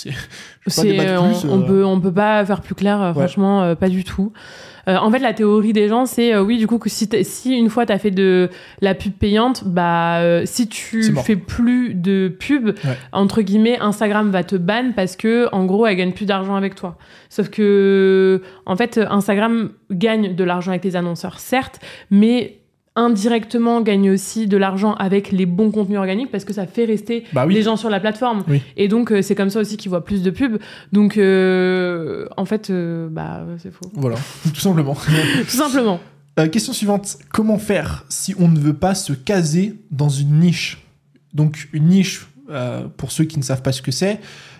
On peut pas faire plus clair, franchement, pas du tout. En fait, la théorie des gens, c'est oui, du coup, que si une fois t'as fait de la pub payante, si tu fais plus de pub, entre guillemets, Instagram va te ban parce que, en gros, elle gagne plus d'argent avec toi. Sauf que, en fait, Instagram gagne de l'argent avec les annonceurs, certes, mais indirectement gagne aussi de l'argent avec les bons contenus organiques parce que ça fait rester les gens sur la plateforme. Et donc, c'est comme ça aussi qu'ils voient plus de pubs. Donc, en fait, c'est faux. Voilà, tout simplement. Tout simplement. Question suivante. Comment faire si on ne veut pas se caser dans une niche ? Donc, une niche, pour ceux qui ne savent pas ce que c'est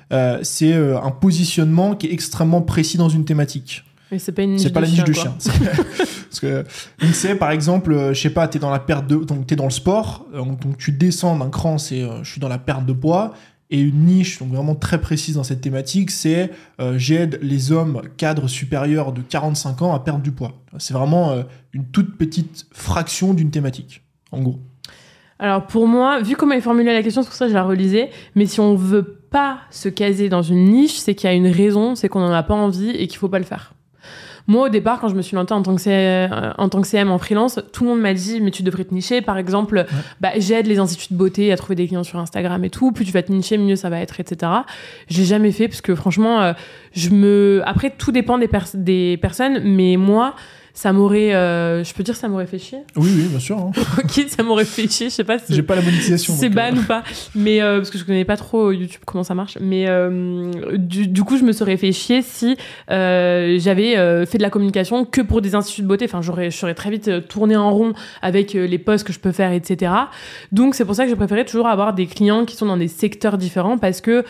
un positionnement qui est extrêmement précis dans une thématique. Mais c'est pas une niche c'est pas de la niche chien, de chien. Parce que c'est par exemple, je sais pas, t'es dans la perte de, donc t'es dans le sport, donc tu descends d'un cran, c'est je suis dans la perte de poids, et une niche donc vraiment très précise dans cette thématique, c'est j'aide les hommes cadres supérieurs de 45 ans à perdre du poids. C'est vraiment une toute petite fraction d'une thématique, en gros. Alors pour moi, vu comment est formulée la question, c'est pour ça que je la relisais, mais si on veut pas se caser dans une niche, c'est qu'il y a une raison, c'est qu'on en a pas envie et qu'il faut pas le faire. Moi, au départ, quand je me suis lancée en tant que CM en freelance, tout le monde m'a dit « mais tu devrais te nicher ». Par exemple, j'aide les instituts de beauté à trouver des clients sur Instagram et tout. Plus tu vas te nicher, mieux ça va être, etc. Je l'ai jamais fait parce que franchement, Après, tout dépend des personnes, mais moi... ça m'aurait... je peux dire ça m'aurait fait chier ? Oui, bien sûr. Hein. Ok, ça m'aurait fait chier, je sais pas si... J'ai pas la monétisation. C'est ban ou pas. Mais, parce que je connais pas trop YouTube, comment ça marche. Mais du coup, je me serais fait chier si j'avais fait de la communication que pour des instituts de beauté. Enfin, je serais très vite tourné en rond avec les posts que je peux faire, etc. Donc, c'est pour ça que je préférais toujours avoir des clients qui sont dans des secteurs différents parce que,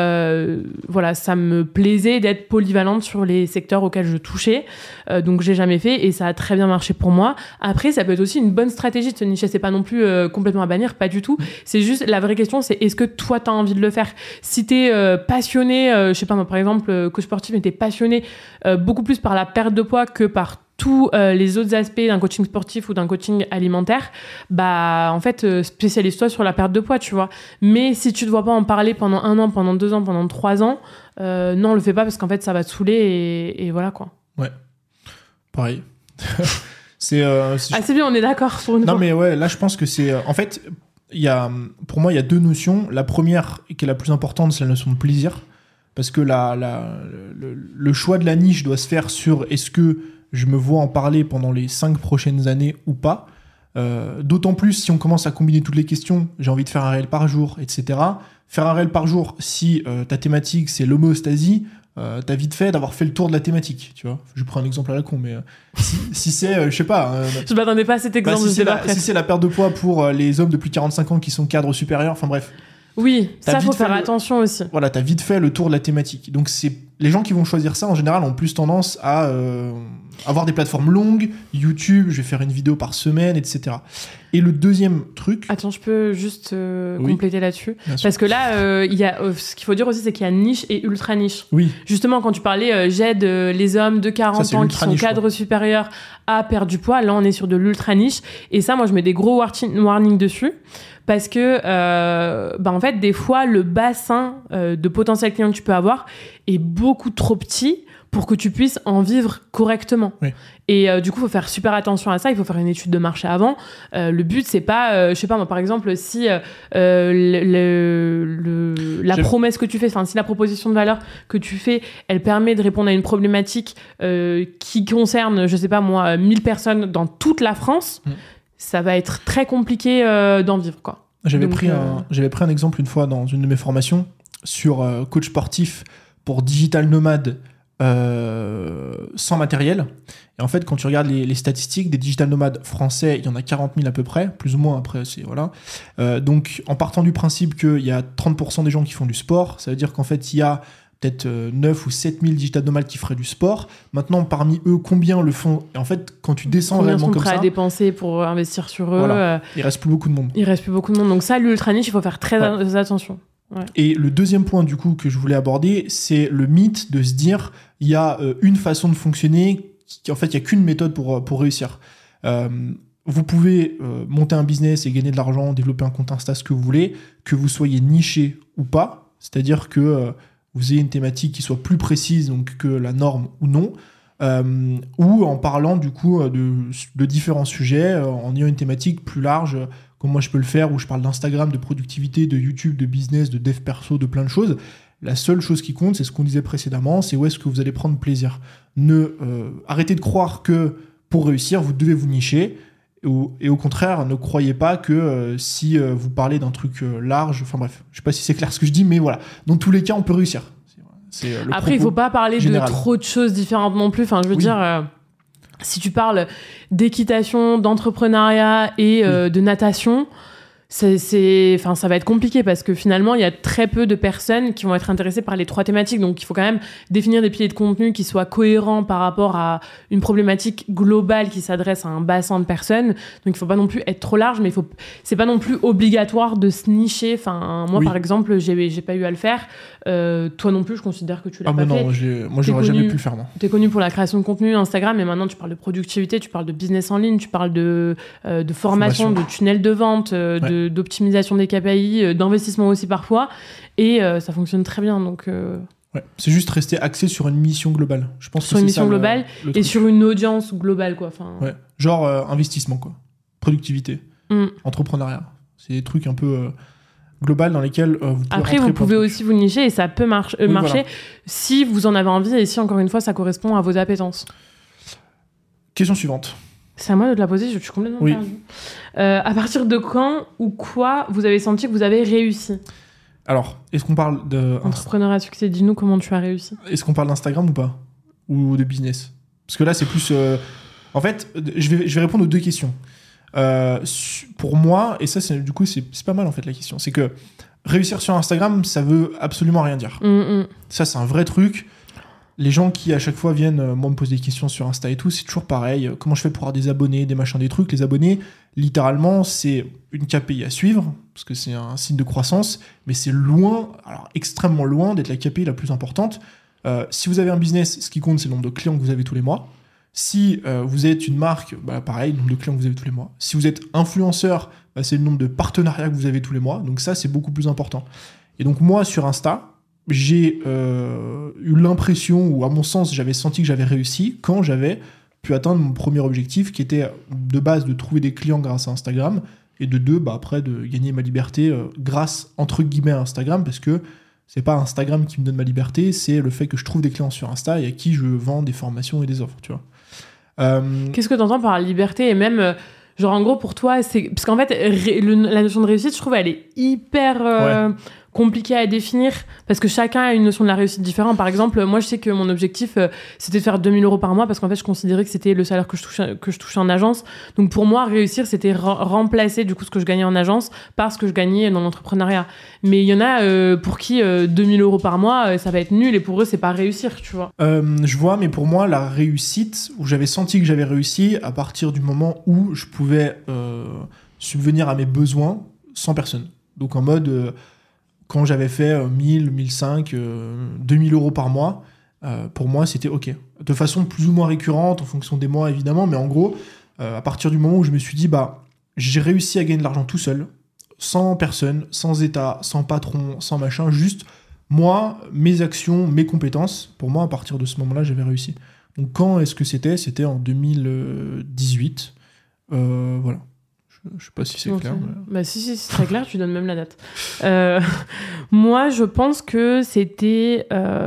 ça me plaisait d'être polyvalente sur les secteurs auxquels je touchais. Donc, j'ai jamais fait et ça a très bien marché pour moi. Après, ça peut être aussi une bonne stratégie de se nicher. C'est pas non plus complètement à bannir, pas du tout. C'est juste, la vraie question, c'est est-ce que toi, t'as envie de le faire ? Si t'es passionné, je sais pas moi, par exemple, coach sportif, mais t'es passionné beaucoup plus par la perte de poids que par tous les autres aspects d'un coaching sportif ou d'un coaching alimentaire, en fait, spécialise-toi sur la perte de poids, tu vois. Mais si tu ne dois pas en parler pendant 1 an, pendant 2 ans, pendant 3 ans, non, le fais pas parce qu'en fait, ça va te saouler et voilà, quoi. Ouais. Pareil. C'est bien, on est d'accord sur une fois. Non, mais ouais, là, je pense que c'est... en fait, pour moi, il y a 2 notions. La première, qui est la plus importante, c'est la notion de plaisir. Parce que le choix de la niche doit se faire sur est-ce que je me vois en parler pendant les 5 prochaines années ou pas. D'autant plus si on commence à combiner toutes les questions, j'ai envie de faire un réel par jour, etc. Faire un réel par jour, si ta thématique, c'est l'homéostasie, t'as vite fait d'avoir fait le tour de la thématique, tu vois. Je prends un exemple à la con, mais si c'est, je sais pas... je m'attendais pas à cet exemple. Si c'est la perte de poids pour les hommes de plus de 45 ans qui sont cadres supérieurs, enfin bref... Oui, ça, faut faire attention aussi. Voilà, t'as vite fait le tour de la thématique. Donc, les gens qui vont choisir ça, en général, ont plus tendance à avoir des plateformes longues, YouTube, je vais faire une vidéo par semaine, etc. Et le deuxième truc... Attends, je peux juste compléter là-dessus. Parce que là, ce qu'il faut dire aussi, c'est qu'il y a niche et ultra niche. Oui. Justement, quand tu parlais, j'aide les hommes de 40 ans qui sont cadres supérieurs à perdre du poids, là, on est sur de l'ultra niche. Et ça, moi, je mets des gros warnings dessus. Parce que, en fait, des fois, le bassin de potentiel client que tu peux avoir est beaucoup trop petit pour que tu puisses en vivre correctement. Oui. Et du coup, il faut faire super attention à ça. Il faut faire une étude de marché avant. Le but, c'est pas... je sais pas, moi, par exemple, si la promesse que tu fais, enfin, si la proposition de valeur que tu fais, elle permet de répondre à une problématique qui concerne, je sais pas, moi, 1000 personnes dans toute la France... ça va être très compliqué d'en vivre, quoi. J'avais pris un exemple une fois dans une de mes formations sur coach sportif pour digital nomade sans matériel. Et en fait, quand tu regardes les statistiques des digital nomades français, il y en a 40 000 à peu près, plus ou moins, après, voilà. Donc, en partant du principe qu'il y a 30% des gens qui font du sport, ça veut dire qu'en fait, il y a peut-être 9 ou 7 000 digital nomades qui feraient du sport. Maintenant, parmi eux, combien le font? Et en fait, quand tu descends combien réellement sont comme prêts ça, à dépenser pour investir sur eux, voilà. Il reste plus beaucoup de monde. Il reste plus beaucoup de monde. Donc ça, l'ultra niche, il faut faire très attention. Ouais. Et le deuxième point du coup que je voulais aborder, c'est le mythe de se dire il y a une façon de fonctionner, en fait il n'y a qu'une méthode pour réussir. Vous pouvez monter un business et gagner de l'argent, développer un compte Insta, ce que vous voulez, que vous soyez niché ou pas, c'est-à-dire que vous ayez une thématique qui soit plus précise donc, que la norme ou non, ou en parlant du coup de différents sujets, en ayant une thématique plus large, comme moi je peux le faire, où je parle d'Instagram, de productivité, de YouTube, de business, de dev perso, de plein de choses. La seule chose qui compte, c'est ce qu'on disait précédemment, c'est où est-ce que vous allez prendre plaisir. Arrêtez de croire que pour réussir, vous devez vous nicher, et au contraire, ne croyez pas que si vous parlez d'un truc large, enfin bref, je sais pas si c'est clair ce que je dis, mais voilà, dans tous les cas, on peut réussir. Après, il faut pas parler général. De trop de choses différentes non plus, enfin je veux dire... Si tu parles d'équitation, d'entrepreneuriat et de natation, ça va être compliqué parce que finalement, il y a très peu de personnes qui vont être intéressées par les trois thématiques. Donc, il faut quand même définir des piliers de contenu qui soient cohérents par rapport à une problématique globale qui s'adresse à un bassin de personnes. Donc, il ne faut pas non plus être trop large, mais c'est pas non plus obligatoire de se nicher. Enfin, moi, par exemple, j'ai pas eu à le faire. Toi non plus, je considère que tu l'as pas fait. Moi, j'aurais jamais pu le faire. Tu es connu pour la création de contenu Instagram, mais maintenant, tu parles de productivité, tu parles de business en ligne, tu parle de formation, de tunnel de vente, d'optimisation des KPI, d'investissement aussi parfois, et ça fonctionne très bien. Donc, ouais. C'est juste rester axé sur une mission globale. Je pense sur une mission globale et sur une audience globale, quoi. Enfin, ouais. Genre investissement, quoi. Productivité, entrepreneuriat. C'est des trucs un peu global dans lesquels vous pouvez Après, vous pouvez aussi vous nicher et ça peut marcher voilà. si vous en avez envie et si, encore une fois, ça correspond à vos appétences. Question suivante. C'est à moi de te la poser, je suis complètement perdue. À partir de quand ou quoi vous avez senti que vous avez réussi? Alors, est-ce qu'on parle de... Entrepreneur à succès, dis-nous comment tu as réussi. Est-ce qu'on parle d'Instagram ou pas? Ou de business? Parce que là, c'est plus... En fait, je vais répondre aux deux questions. Pour moi, et ça, c'est pas mal en fait la question, c'est que réussir sur Instagram, ça veut absolument rien dire. Ça, c'est un vrai truc. Les gens qui à chaque fois viennent moi me poser des questions sur Insta et tout, c'est toujours pareil. Comment je fais pour avoir des abonnés, des machins, des trucs? Les abonnés, littéralement, c'est une KPI à suivre parce que c'est un signe de croissance, mais c'est loin, alors extrêmement loin d'être la KPI la plus importante. Si vous avez un business, ce qui compte, c'est le nombre de clients que vous avez tous les mois. Si vous êtes une marque, pareil, le nombre de clients que vous avez tous les mois. Si vous êtes influenceur, c'est le nombre de partenariats que vous avez tous les mois. Donc ça, c'est beaucoup plus important. Et donc moi, sur Insta, j'ai eu l'impression, ou à mon sens, j'avais senti que j'avais réussi quand j'avais pu atteindre mon premier objectif, qui était de base de trouver des clients grâce à Instagram, et de deux, après, de gagner ma liberté grâce, entre guillemets, à Instagram, parce que c'est pas Instagram qui me donne ma liberté, c'est le fait que je trouve des clients sur Insta et à qui je vends des formations et des offres, tu vois. Qu'est-ce que tu entends par liberté? Et même, genre en gros pour toi, c'est... Parce qu'en fait, la notion de réussite, je trouve, elle est hyper compliquée à définir, parce que chacun a une notion de la réussite différente. Par exemple, moi je sais que mon objectif, c'était de faire 2000 € par mois, parce qu'en fait je considérais que c'était le salaire que je touchais en agence. Donc pour moi, réussir, c'était remplacer du coup ce que je gagnais en agence par ce que je gagnais dans l'entrepreneuriat. Mais il y en a pour qui 2000 € par mois, ça va être nul, et pour eux c'est pas réussir, tu vois. Je vois, mais pour moi, la réussite, où j'avais senti que j'avais réussi à partir du moment où je pouvais subvenir à mes besoins sans personne. Donc en mode... quand j'avais fait 1000, 1005, 2000 € par mois, pour moi, c'était OK. De façon plus ou moins récurrente, en fonction des mois, évidemment, mais en gros, à partir du moment où je me suis dit, j'ai réussi à gagner de l'argent tout seul, sans personne, sans état, sans patron, sans machin, juste moi, mes actions, mes compétences. Pour moi, à partir de ce moment-là, j'avais réussi. Donc, quand est-ce que c'était? C'était en 2018. Voilà. Je sais pas si c'est clair. Mais... si, c'est très clair, tu donnes même la date. Moi, je pense que c'était...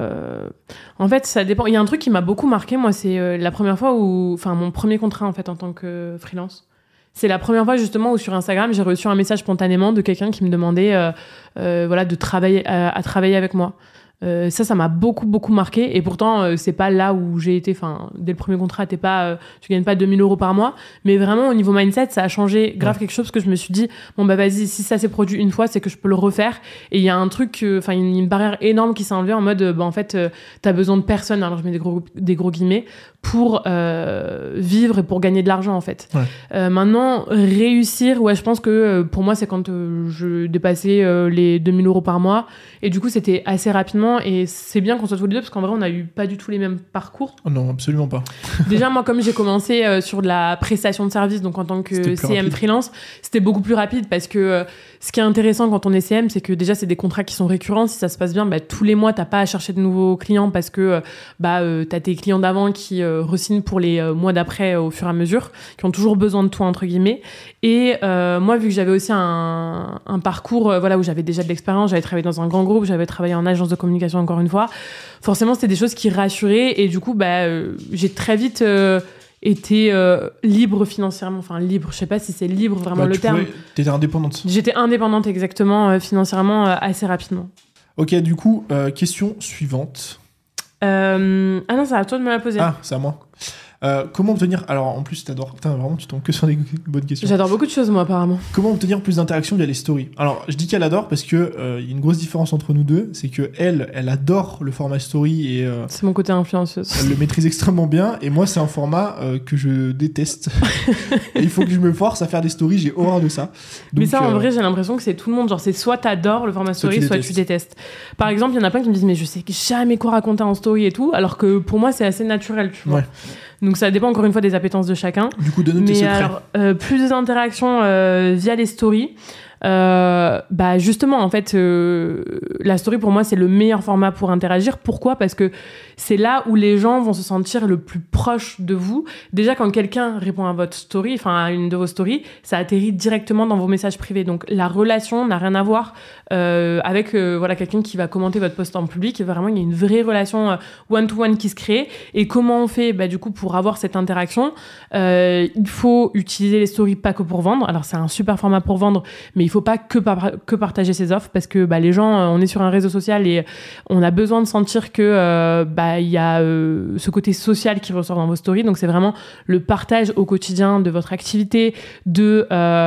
En fait, ça dépend. Il y a un truc qui m'a beaucoup marqué, moi, c'est la première fois où... Enfin, mon premier contrat, en fait, en tant que freelance. C'est la première fois, justement, où sur Instagram, j'ai reçu un message spontanément de quelqu'un qui me demandait de travailler, à travailler avec moi. Ça m'a beaucoup marqué. Et pourtant, c'est pas là où j'ai été. Enfin, dès le premier contrat, tu gagnes pas 2000 € par mois. Mais vraiment, au niveau mindset, ça a changé grave quelque chose, parce que je me suis dit, bon, bah vas-y, si ça s'est produit une fois, c'est que je peux le refaire. Et il y a un truc, enfin, une barrière énorme qui s'est enlevée en mode, en fait, t'as besoin de personne, alors je mets des gros guillemets, pour vivre et pour gagner de l'argent, en fait. Maintenant, réussir, je pense que pour moi, c'est quand je dépassais les 2000 € par mois. Et du coup, c'était assez rapidement. Et c'est bien qu'on soit tous les deux, parce qu'en vrai, on n'a eu pas du tout les mêmes parcours. Oh non, absolument pas. Déjà, moi, comme j'ai commencé sur de la prestation de service, donc en tant que CM freelance, c'était beaucoup plus rapide, parce que ce qui est intéressant quand on est CM, c'est que déjà, c'est des contrats qui sont récurrents. Si ça se passe bien, tous les mois, t'as pas à chercher de nouveaux clients, parce que t'as tes clients d'avant qui re-signent pour les mois d'après au fur et à mesure, qui ont toujours besoin de toi, entre guillemets. Et moi, vu que j'avais aussi un parcours où j'avais déjà de l'expérience, j'avais travaillé dans un grand groupe, j'avais travaillé en agence de communication, encore une fois, forcément, c'était des choses qui rassuraient. Et du coup, j'ai très vite été libre financièrement. Enfin, libre, je sais pas si c'est libre vraiment le terme. T'étais indépendante. J'étais indépendante, exactement, financièrement, assez rapidement. Ok, du coup, question suivante. Ah non, c'est à toi de me la poser. Ah, c'est à moi. Comment obtenir... Alors, en plus, t'adores... Putain, vraiment, tu tombes que sur des bonnes questions. J'adore beaucoup de choses, moi, apparemment. Comment obtenir plus d'interactions via les stories? Alors, je dis qu'elle adore parce que y a une grosse différence entre nous deux. C'est que elle adore le format story et... c'est mon côté influenceuse. Elle le maîtrise extrêmement bien. Et moi, c'est un format que je déteste. Et il faut que je me force à faire des stories. J'ai horreur de ça. Donc, mais ça, en vrai, j'ai l'impression que c'est tout le monde. Genre, c'est soit t'adores le format story, soit tu détestes. Par exemple, il y en a plein qui me disent, mais je sais jamais quoi raconter en story et tout. Alors que pour moi, c'est assez naturel, tu vois. Donc ça dépend encore une fois des appétences de chacun. Du coup, donne-nous tes secrets. Alors, plus d'interactions via les stories. Justement, en fait, la story pour moi c'est le meilleur format pour interagir. Pourquoi ? Parce que c'est là où les gens vont se sentir le plus proches de vous. Déjà, quand quelqu'un répond à votre story, enfin à une de vos stories, ça atterrit directement dans vos messages privés. Donc la relation n'a rien à voir avec quelqu'un qui va commenter votre post en public. Vraiment, il y a une vraie relation one-to-one qui se crée. Et comment on fait du coup pour avoir cette interaction ? Il faut utiliser les stories pas que pour vendre. Alors c'est un super format pour vendre, mais il faut pas que partager ses offres, parce que les gens, on est sur un réseau social et on a besoin de sentir que il y a ce côté social qui ressort dans vos stories. Donc c'est vraiment le partage au quotidien de votre activité, de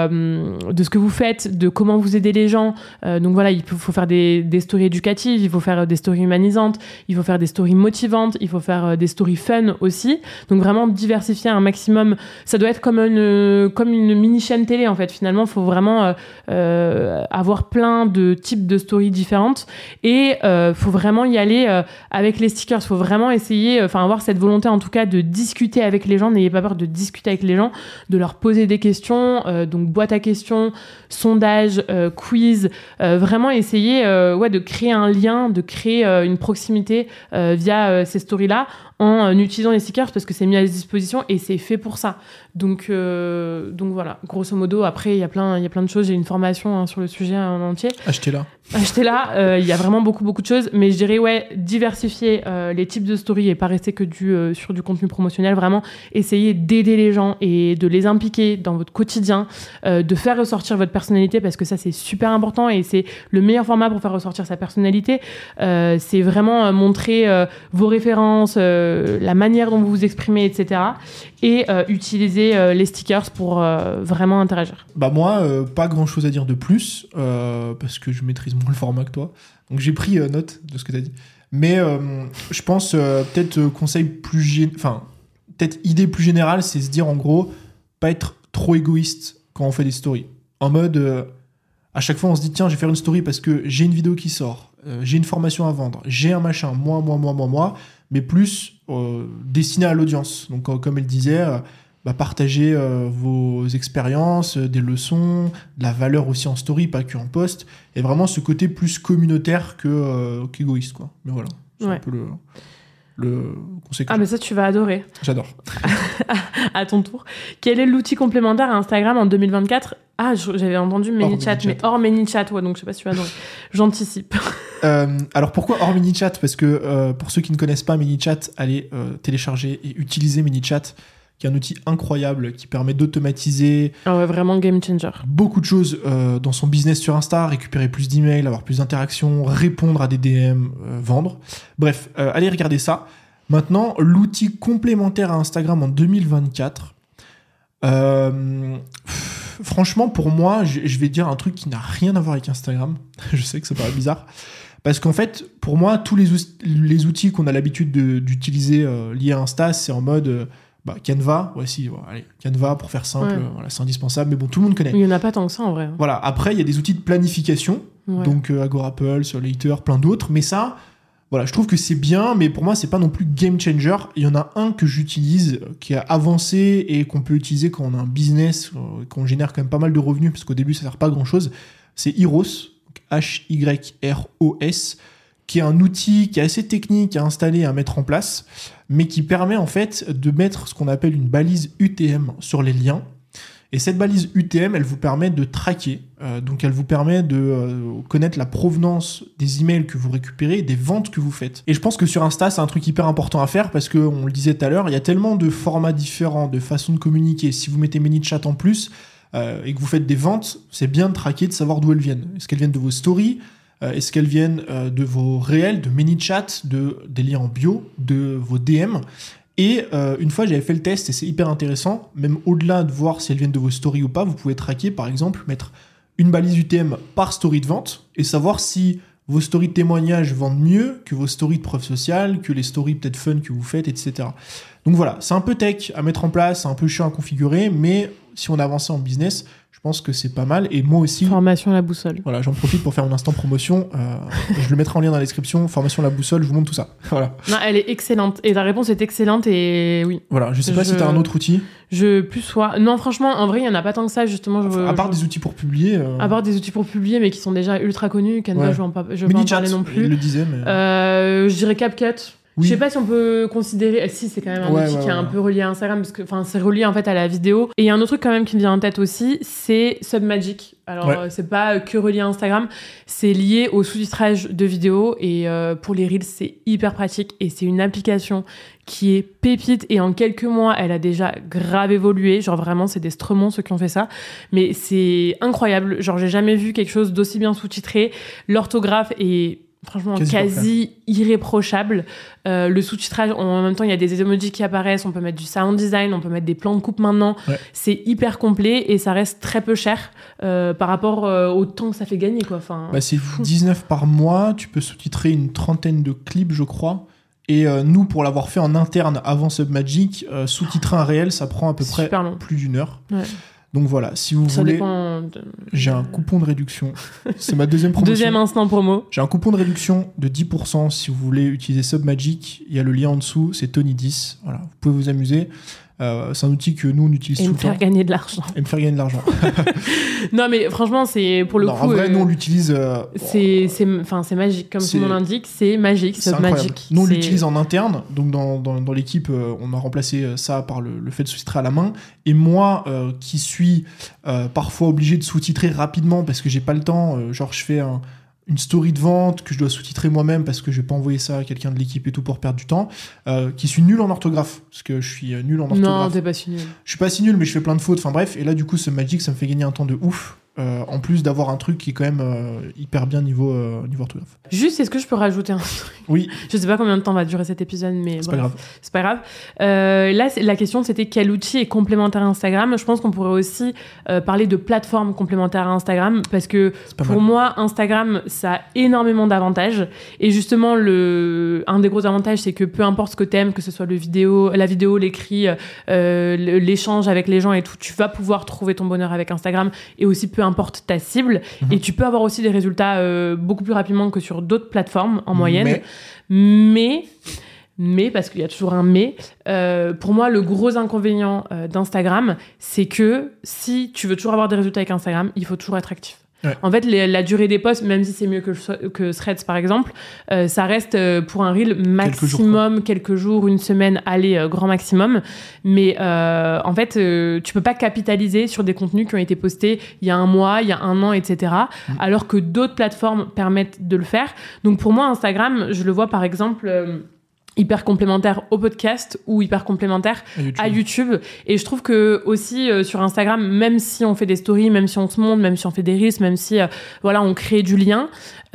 ce que vous faites, de comment vous aidez les gens. Donc voilà, il faut faire des stories éducatives, il faut faire des stories humanisantes, il faut faire des stories motivantes, il faut faire des stories fun aussi. Donc vraiment diversifier un maximum. Ça doit être comme une mini chaîne télé, en fait. Finalement, il faut vraiment avoir plein de types de stories différentes, et faut vraiment y aller avec les stickers. Faut vraiment essayer, avoir cette volonté en tout cas de discuter avec les gens. N'ayez pas peur de discuter avec les gens, de leur poser des questions, donc boîte à questions, sondage, quiz, vraiment essayer de créer un lien, de créer une proximité via ces stories là, en utilisant les stickers, parce que c'est mis à disposition et c'est fait pour ça. Donc voilà, grosso modo. Après, il y a plein de choses. J'ai une formation sur le sujet en entier. Achetez-la. Il y a vraiment beaucoup de choses, mais je dirais diversifier les types de stories et pas rester que sur du contenu promotionnel. Vraiment essayer d'aider les gens et de les impliquer dans votre quotidien, de faire ressortir votre personnalité, parce que ça c'est super important et c'est le meilleur format pour faire ressortir sa personnalité. C'est vraiment montrer vos références, la manière dont vous vous exprimez, etc. Et utiliser les stickers pour vraiment interagir. Moi, pas grand chose à dire de plus, parce que je maîtrise moins le format que toi. Donc j'ai pris note de ce que tu as dit. Mais je pense peut-être conseil peut-être idée plus générale, c'est se dire en gros, pas être trop égoïste quand on fait des stories. En mode, à chaque fois on se dit tiens, je vais faire une story parce que j'ai une vidéo qui sort, j'ai une formation à vendre, j'ai un machin, moi, mais plus destiné à l'audience. Donc comme elle disait, partager vos expériences, des leçons, de la valeur aussi en story, pas que en post, et vraiment ce côté plus communautaire qu'égoïste, quoi. Mais voilà, c'est un peu le conseil que mais ça tu vas adorer. J'adore. À ton tour, quel est l'outil complémentaire à Instagram en 2024? J'avais entendu ManyChat, mais hors ManyChat, donc je sais pas si tu vas adorer. J'anticipe. Alors pourquoi hors ManyChat? Parce que pour ceux qui ne connaissent pas ManyChat, allez télécharger et utiliser ManyChat, qui est un outil incroyable, qui permet d'automatiser Ah ouais, vraiment game changer. beaucoup de choses dans son business sur Insta, récupérer plus d'emails, avoir plus d'interactions, répondre à des DM, vendre. Bref, allez regarder ça. Maintenant, l'outil complémentaire à Instagram en 2024. Franchement, pour moi, je vais dire un truc qui n'a rien à voir avec Instagram. Je sais que ça paraît bizarre. Parce qu'en fait, pour moi, tous les outils qu'on a l'habitude d'utiliser liés à Insta, c'est en mode Canva. Ouais, si, allez, Canva, pour faire simple, voilà, c'est indispensable. Mais bon, tout le monde connaît. Il n'y en a pas tant que ça, en vrai. Voilà. Après, il y a des outils de planification. Ouais. Donc, Agorapulse, Later, plein d'autres. Mais ça, voilà, je trouve que c'est bien. Mais pour moi, c'est pas non plus game changer. Il y en a un que j'utilise, qui a avancé et qu'on peut utiliser quand on a un business, qu'on génère quand même pas mal de revenus, parce qu'au début, ça sert pas à grand-chose. C'est Hyros. Hyros, qui est un outil qui est assez technique à installer et à mettre en place, mais qui permet en fait de mettre ce qu'on appelle une balise UTM sur les liens. Et cette balise UTM, elle vous permet de traquer, donc elle vous permet de connaître la provenance des emails que vous récupérez et des ventes que vous faites. Et je pense que sur Insta, c'est un truc hyper important à faire parce qu'on le disait tout à l'heure, il y a tellement de formats différents, de façons de communiquer. Si vous mettez ManyChat en plus, et que vous faites des ventes, c'est bien de traquer, de savoir d'où elles viennent. Est-ce qu'elles viennent de vos stories ? Est-ce qu'elles viennent de vos réels, de ManyChat, des liens en bio, de vos DM ? Et une fois, j'avais fait le test et c'est hyper intéressant. Même au-delà de voir si elles viennent de vos stories ou pas, vous pouvez traquer, par exemple, mettre une balise UTM par story de vente et savoir si vos stories de témoignages vendent mieux que vos stories de preuve sociale, que les stories peut-être fun que vous faites, etc. Donc voilà, c'est un peu tech à mettre en place, c'est un peu chiant à configurer, mais si on avançait en business, je pense que c'est pas mal. Et moi aussi... Formation à la boussole. Voilà, j'en profite pour faire mon instant promotion. Je le mettrai en lien dans la description. Formation à la boussole, je vous montre tout ça. Voilà. Non, elle est excellente. Et ta réponse est excellente et oui. Voilà, je sais pas si t'as un autre outil. Non, franchement, en vrai, il y en a pas tant que ça, justement. À part des outils pour publier. À part des outils pour publier, mais qui sont déjà ultra connus. Canva, je vais pas en parler non plus. Il le disait, mais... Je dirais CapCut. Oui. Je sais pas si on peut considérer... Si, c'est quand même un outil qui est un peu relié à Instagram, parce que c'est relié en fait à la vidéo. Et il y a un autre truc quand même qui me vient en tête aussi, c'est Submagic. Alors, c'est pas que relié à Instagram, c'est lié au sous-titrage de vidéos. Et pour les Reels, c'est hyper pratique. Et c'est une application qui est pépite. Et en quelques mois, elle a déjà grave évolué. Genre vraiment, c'est des stremons ceux qui ont fait ça. Mais c'est incroyable. Genre, j'ai jamais vu quelque chose d'aussi bien sous-titré. L'orthographe est... franchement quasi irréprochable. Le sous-titrage, en même temps, il y a des emojis qui apparaissent, on peut mettre du sound design, on peut mettre des plans de coupe maintenant. Ouais. C'est hyper complet et ça reste très peu cher par rapport au temps que ça fait gagner, quoi. Enfin, c'est fou. 19 par mois, tu peux sous-titrer une trentaine de clips, je crois. Et nous, pour l'avoir fait en interne avant Submagic, sous-titrer un réel, ça prend à peu près plus d'une heure. Ouais. Donc voilà, si vous voulez, j'ai un coupon de réduction. C'est ma deuxième promotion. Deuxième instant promo. J'ai un coupon de réduction de 10% si vous voulez utiliser Submagic. Il y a le lien en dessous, c'est Tony10. Voilà, vous pouvez vous amuser. C'est un outil que nous, on utilise tout le temps. Et me faire gagner de l'argent. Non, mais franchement, c'est pour le coup... En vrai, nous, on l'utilise... c'est magique, comme son nom l'indique. C'est magique, Submagic. Nous, on l'utilise en interne. Donc, dans l'équipe, on a remplacé ça par le fait de sous-titrer à la main. Et moi, qui suis parfois obligé de sous-titrer rapidement parce que j'ai pas le temps, genre, je fais une story de vente que je dois sous-titrer moi-même parce que je vais pas envoyer ça à quelqu'un de l'équipe et tout pour perdre du temps, qui suis nul en orthographe parce que je suis nul en orthographe. Non, t'es pas si nul. Je suis pas si nul, mais je fais plein de fautes, enfin bref, et là du coup ce Magic ça me fait gagner un temps de ouf, en plus d'avoir un truc qui est quand même hyper bien niveau orthographe. Juste, est-ce que je peux rajouter un truc ? Oui. Je sais pas combien de temps va durer cet épisode, mais c'est pas grave. C'est pas grave. Là, la question c'était quel outil est complémentaire à Instagram. Je pense qu'on pourrait aussi parler de plateformes complémentaires à Instagram parce que pour moi, Instagram, ça a énormément d'avantages. Et justement, un des gros avantages, c'est que peu importe ce que t'aimes, que ce soit la vidéo, l'écrit, l'échange avec les gens et tout, tu vas pouvoir trouver ton bonheur avec Instagram et aussi peu importe ta cible. Et tu peux avoir aussi des résultats beaucoup plus rapidement que sur d'autres plateformes en moyenne. Mais parce qu'il y a toujours un mais, pour moi, le gros inconvénient d'Instagram, c'est que si tu veux toujours avoir des résultats avec Instagram, il faut toujours être actif. Ouais. En fait, la durée des posts, même si c'est mieux que Threads par exemple, ça reste pour un reel maximum quelques jours, une semaine, allez, grand maximum. Mais en fait, tu peux pas capitaliser sur des contenus qui ont été postés il y a un mois, il y a un an, etc. Alors que d'autres plateformes permettent de le faire. Donc pour moi, Instagram, je le vois par exemple... hyper complémentaire au podcast ou hyper complémentaire à YouTube. Et je trouve que aussi sur Instagram, même si on fait des stories, même si on se montre, même si on fait des reels, même si voilà, on crée du lien,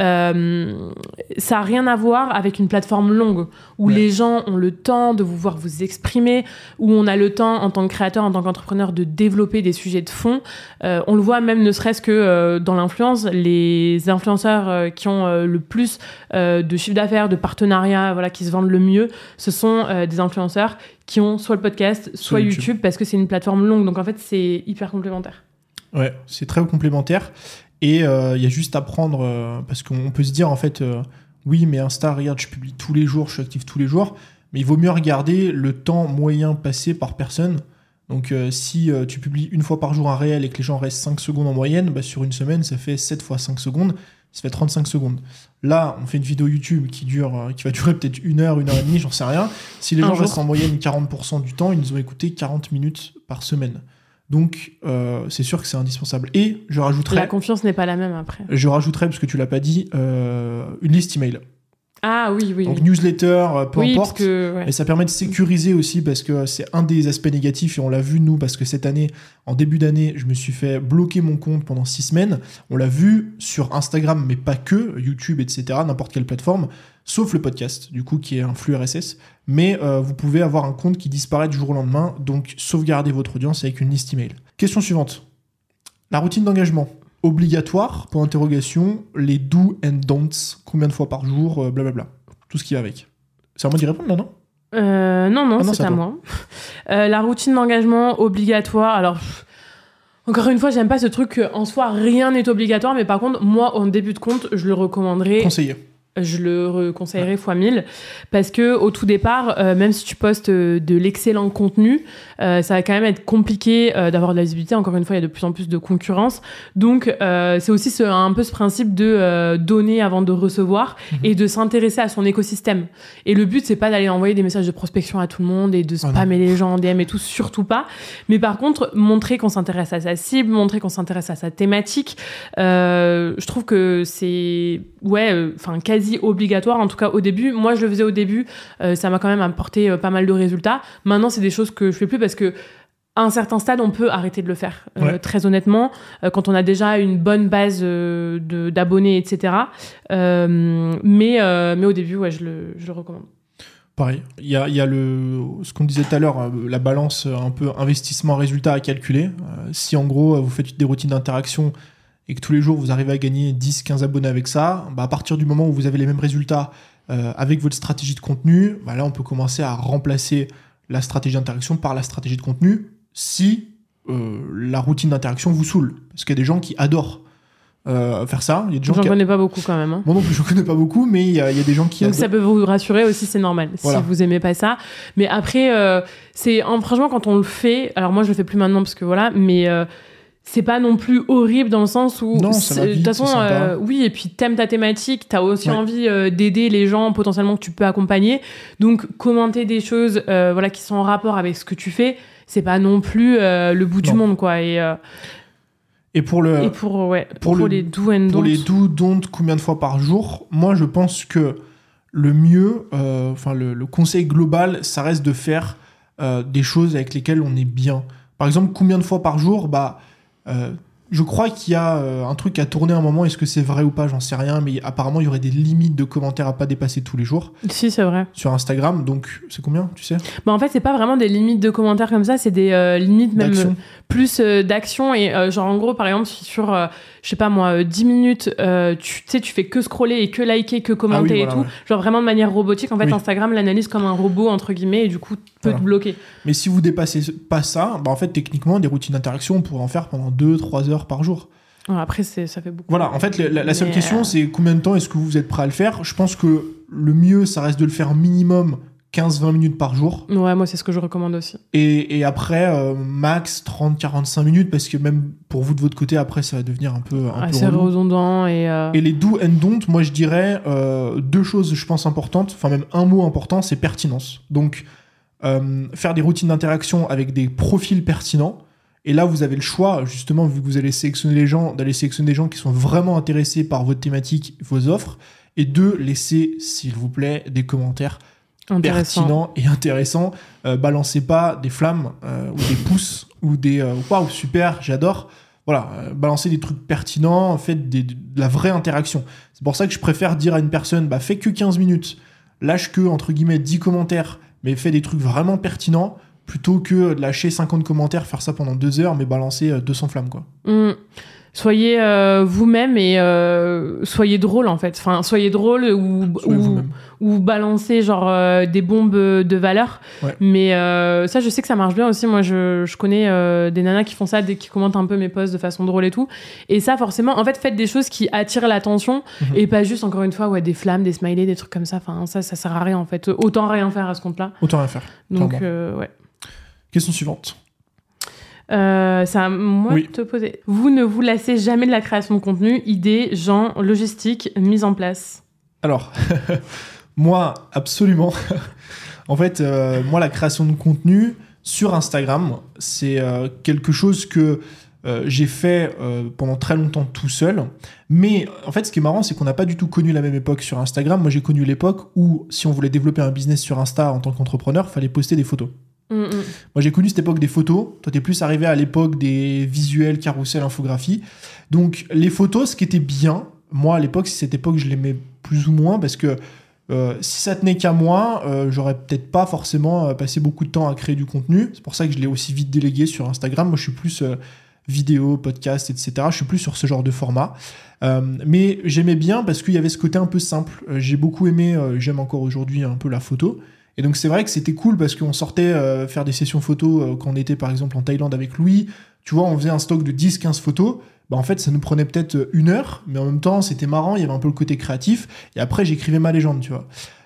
ça a rien à voir avec une plateforme longue où les gens ont le temps de vous voir vous exprimer, où on a le temps en tant que créateur, en tant qu'entrepreneur de développer des sujets de fond. On le voit même ne serait-ce que dans l'influence, les influenceurs qui ont le plus de chiffre d'affaires, de partenariats, voilà, qui se vendent le mieux, ce sont des influenceurs qui ont soit le podcast, soit YouTube, parce que c'est une plateforme longue. Donc en fait, c'est hyper complémentaire. Ouais, c'est très complémentaire. Et il y a juste à prendre, parce qu'on peut se dire en fait, oui, mais Insta, regarde, je publie tous les jours, je suis actif tous les jours, mais il vaut mieux regarder le temps moyen passé par personne. Donc si tu publies une fois par jour un réel et que les gens restent 5 secondes en moyenne, bah, sur une semaine, ça fait 7 fois 5 secondes, ça fait 35 secondes. Là, on fait une vidéo YouTube qui va durer peut-être 1 heure, 1 heure et demie, j'en sais rien. Si les gens restent en moyenne 40% du temps, ils nous ont écouté 40 minutes par semaine. Donc, c'est sûr que c'est indispensable. Et je rajouterais... La confiance n'est pas la même après. Je rajouterais, parce que tu l'as pas dit, une liste email. Ah oui. Donc newsletter, peu importe. Ouais. Et ça permet de sécuriser aussi, parce que c'est un des aspects négatifs, et on l'a vu nous, parce que cette année, en début d'année, je me suis fait bloquer mon compte pendant 6 semaines. On l'a vu sur Instagram, mais pas que, YouTube, etc., n'importe quelle plateforme, sauf le podcast, du coup, qui est un flux RSS. Mais vous pouvez avoir un compte qui disparaît du jour au lendemain, donc sauvegardez votre audience avec une liste email. Question suivante. La routine d'engagement. Obligatoire, pour interrogation, les do and don'ts, combien de fois par jour, blablabla. Tout ce qui va avec. C'est à moi d'y répondre là, non Non, c'est à moi. La routine d'engagement obligatoire, alors... Encore une fois, j'aime pas ce truc en soi, rien n'est obligatoire, mais par contre, moi, en début de compte, je le recommanderais... Conseiller. Je le conseillerais fois 1000 parce que au tout départ, même si tu postes de l'excellent contenu, ça va quand même être compliqué d'avoir de la visibilité. Encore une fois, il y a de plus en plus de concurrence. Donc, c'est aussi un peu ce principe de donner avant de recevoir et de s'intéresser à son écosystème. Et le but, c'est pas d'aller envoyer des messages de prospection à tout le monde et de spammer les gens en DM et tout, surtout pas. Mais par contre, montrer qu'on s'intéresse à sa cible, montrer qu'on s'intéresse à sa thématique. Je trouve que c'est quasi obligatoire, en tout cas au début. Moi, je le faisais au début, ça m'a quand même apporté pas mal de résultats. Maintenant, c'est des choses que je fais plus parce que à un certain stade, on peut arrêter de le faire. Très honnêtement, quand on a déjà une bonne base d'abonnés, etc. Mais au début, je le recommande. Pareil. Il y a ce qu'on disait tout à l'heure, la balance un peu investissement-résultat à calculer. Si en gros, vous faites des routines d'interaction et que tous les jours vous arrivez à gagner 10-15 abonnés avec ça, à partir du moment où vous avez les mêmes résultats avec votre stratégie de contenu, là on peut commencer à remplacer la stratégie d'interaction par la stratégie de contenu si la routine d'interaction vous saoule. Parce qu'il y a des gens qui adorent faire ça. Il y a des gens J'en connais pas beaucoup quand même. Moi non plus, je connais pas beaucoup, mais il y a des gens qui Donc ça peut vous rassurer aussi, c'est normal, si vous aimez pas ça. Mais après, franchement, quand on le fait, alors moi je le fais plus maintenant parce que voilà, mais... c'est pas non plus horrible dans le sens où de toute façon oui, et puis t'aimes ta thématique, t'as aussi envie d'aider les gens potentiellement que tu peux accompagner, donc commenter des choses qui sont en rapport avec ce que tu fais, c'est pas non plus le bout du monde quoi. Et pour les do and don't, pour les do don't, combien de fois par jour, moi je pense que le mieux, le conseil global, ça reste de faire des choses avec lesquelles on est bien. Par exemple, combien de fois par jour, je crois qu'il y a un truc à tourner à un moment. Est-ce que c'est vrai ou pas? J'en sais rien. Mais apparemment, il y aurait des limites de commentaires à pas dépasser tous les jours. Si, c'est vrai. Sur Instagram. Donc, c'est combien, tu sais? En fait, c'est pas vraiment des limites de commentaires comme ça. C'est des limites même plus d'action. Et genre, en gros, par exemple, sur, je sais pas moi, 10 minutes, tu fais que scroller et que liker, que commenter tout. Genre, vraiment de manière robotique. En fait, Instagram l'analyse comme un robot, entre guillemets, et du coup, peut te bloquer. Mais si vous dépassez pas ça, en fait, techniquement, des routines d'interaction, on pourrait en faire pendant 2-3 heures par jour. Après, ça fait beaucoup. Voilà, en fait, la seule question, c'est combien de temps est-ce que vous êtes prêt à le faire? Je pense que le mieux, ça reste de le faire minimum 15-20 minutes par jour. Ouais, moi, c'est ce que je recommande aussi. Et après, max 30-45 minutes, parce que même pour vous de votre côté, après, ça va devenir un peu assez redondant. Et les do and don't, moi, je dirais 2 choses, je pense, importantes, enfin même un mot important, c'est pertinence. Donc, faire des routines d'interaction avec des profils pertinents. Et là, vous avez le choix, justement, vu que vous allez sélectionner les gens, d'aller sélectionner des gens qui sont vraiment intéressés par votre thématique, vos offres, et de laisser, s'il vous plaît, des commentaires pertinent et intéressant. Balancez pas des flammes ou des pouces ou des waouh, super, j'adore. Voilà, balancez des trucs pertinents, faites de la vraie interaction. C'est pour ça que je préfère dire à une personne, fais que 15 minutes, lâche que, entre guillemets, 10 commentaires, mais fais des trucs vraiment pertinents, plutôt que de lâcher 50 commentaires, faire ça pendant 2 heures, mais balancer 200 flammes, quoi. Soyez vous-même et soyez drôle, en fait. Enfin, soyez drôle ou balancez genre des bombes de valeur. Ouais. Mais ça, je sais que ça marche bien aussi. Moi, je connais des nanas qui font ça, qui commentent un peu mes posts de façon drôle et tout. Et ça, forcément, en fait, faites des choses qui attirent l'attention et pas juste, encore une fois, des flammes, des smileys, des trucs comme ça. Enfin, ça sert à rien, en fait. Autant rien faire à ce compte-là. Autant rien faire. Donc, ouais. Question suivante. C'est à moi de te poser. Vous ne vous lassez jamais de la création de contenu, idées, gens, logistique, mise en place? Alors, moi, absolument. En fait, moi, la création de contenu sur Instagram, c'est quelque chose que j'ai fait pendant très longtemps tout seul. Mais en fait, ce qui est marrant, c'est qu'on n'a pas du tout connu la même époque sur Instagram. Moi, j'ai connu l'époque où, si on voulait développer un business sur Insta en tant qu'entrepreneur, il fallait poster des photos. Moi, j'ai connu cette époque des photos. Toi, t'es plus arrivé à l'époque des visuels, carousels, infographie. Donc, les photos, ce qui était bien, moi, à l'époque, cette époque, je l'aimais plus ou moins parce que si ça tenait qu'à moi, j'aurais peut-être pas forcément passé beaucoup de temps à créer du contenu. C'est pour ça que je l'ai aussi vite délégué sur Instagram. Moi, je suis plus vidéo, podcast, etc. Je suis plus sur ce genre de format. Mais j'aimais bien parce qu'il y avait ce côté un peu simple. J'ai beaucoup aimé, j'aime encore aujourd'hui un peu la photo. Et donc c'est vrai que c'était cool parce qu'on sortait faire des sessions photos quand on était par exemple en Thaïlande avec Louis. Tu vois, on faisait un stock de 10-15 photos. En fait, ça nous prenait peut-être 1 heure, mais en même temps, c'était marrant, il y avait un peu le côté créatif. Et après, j'écrivais ma légende, tu vois.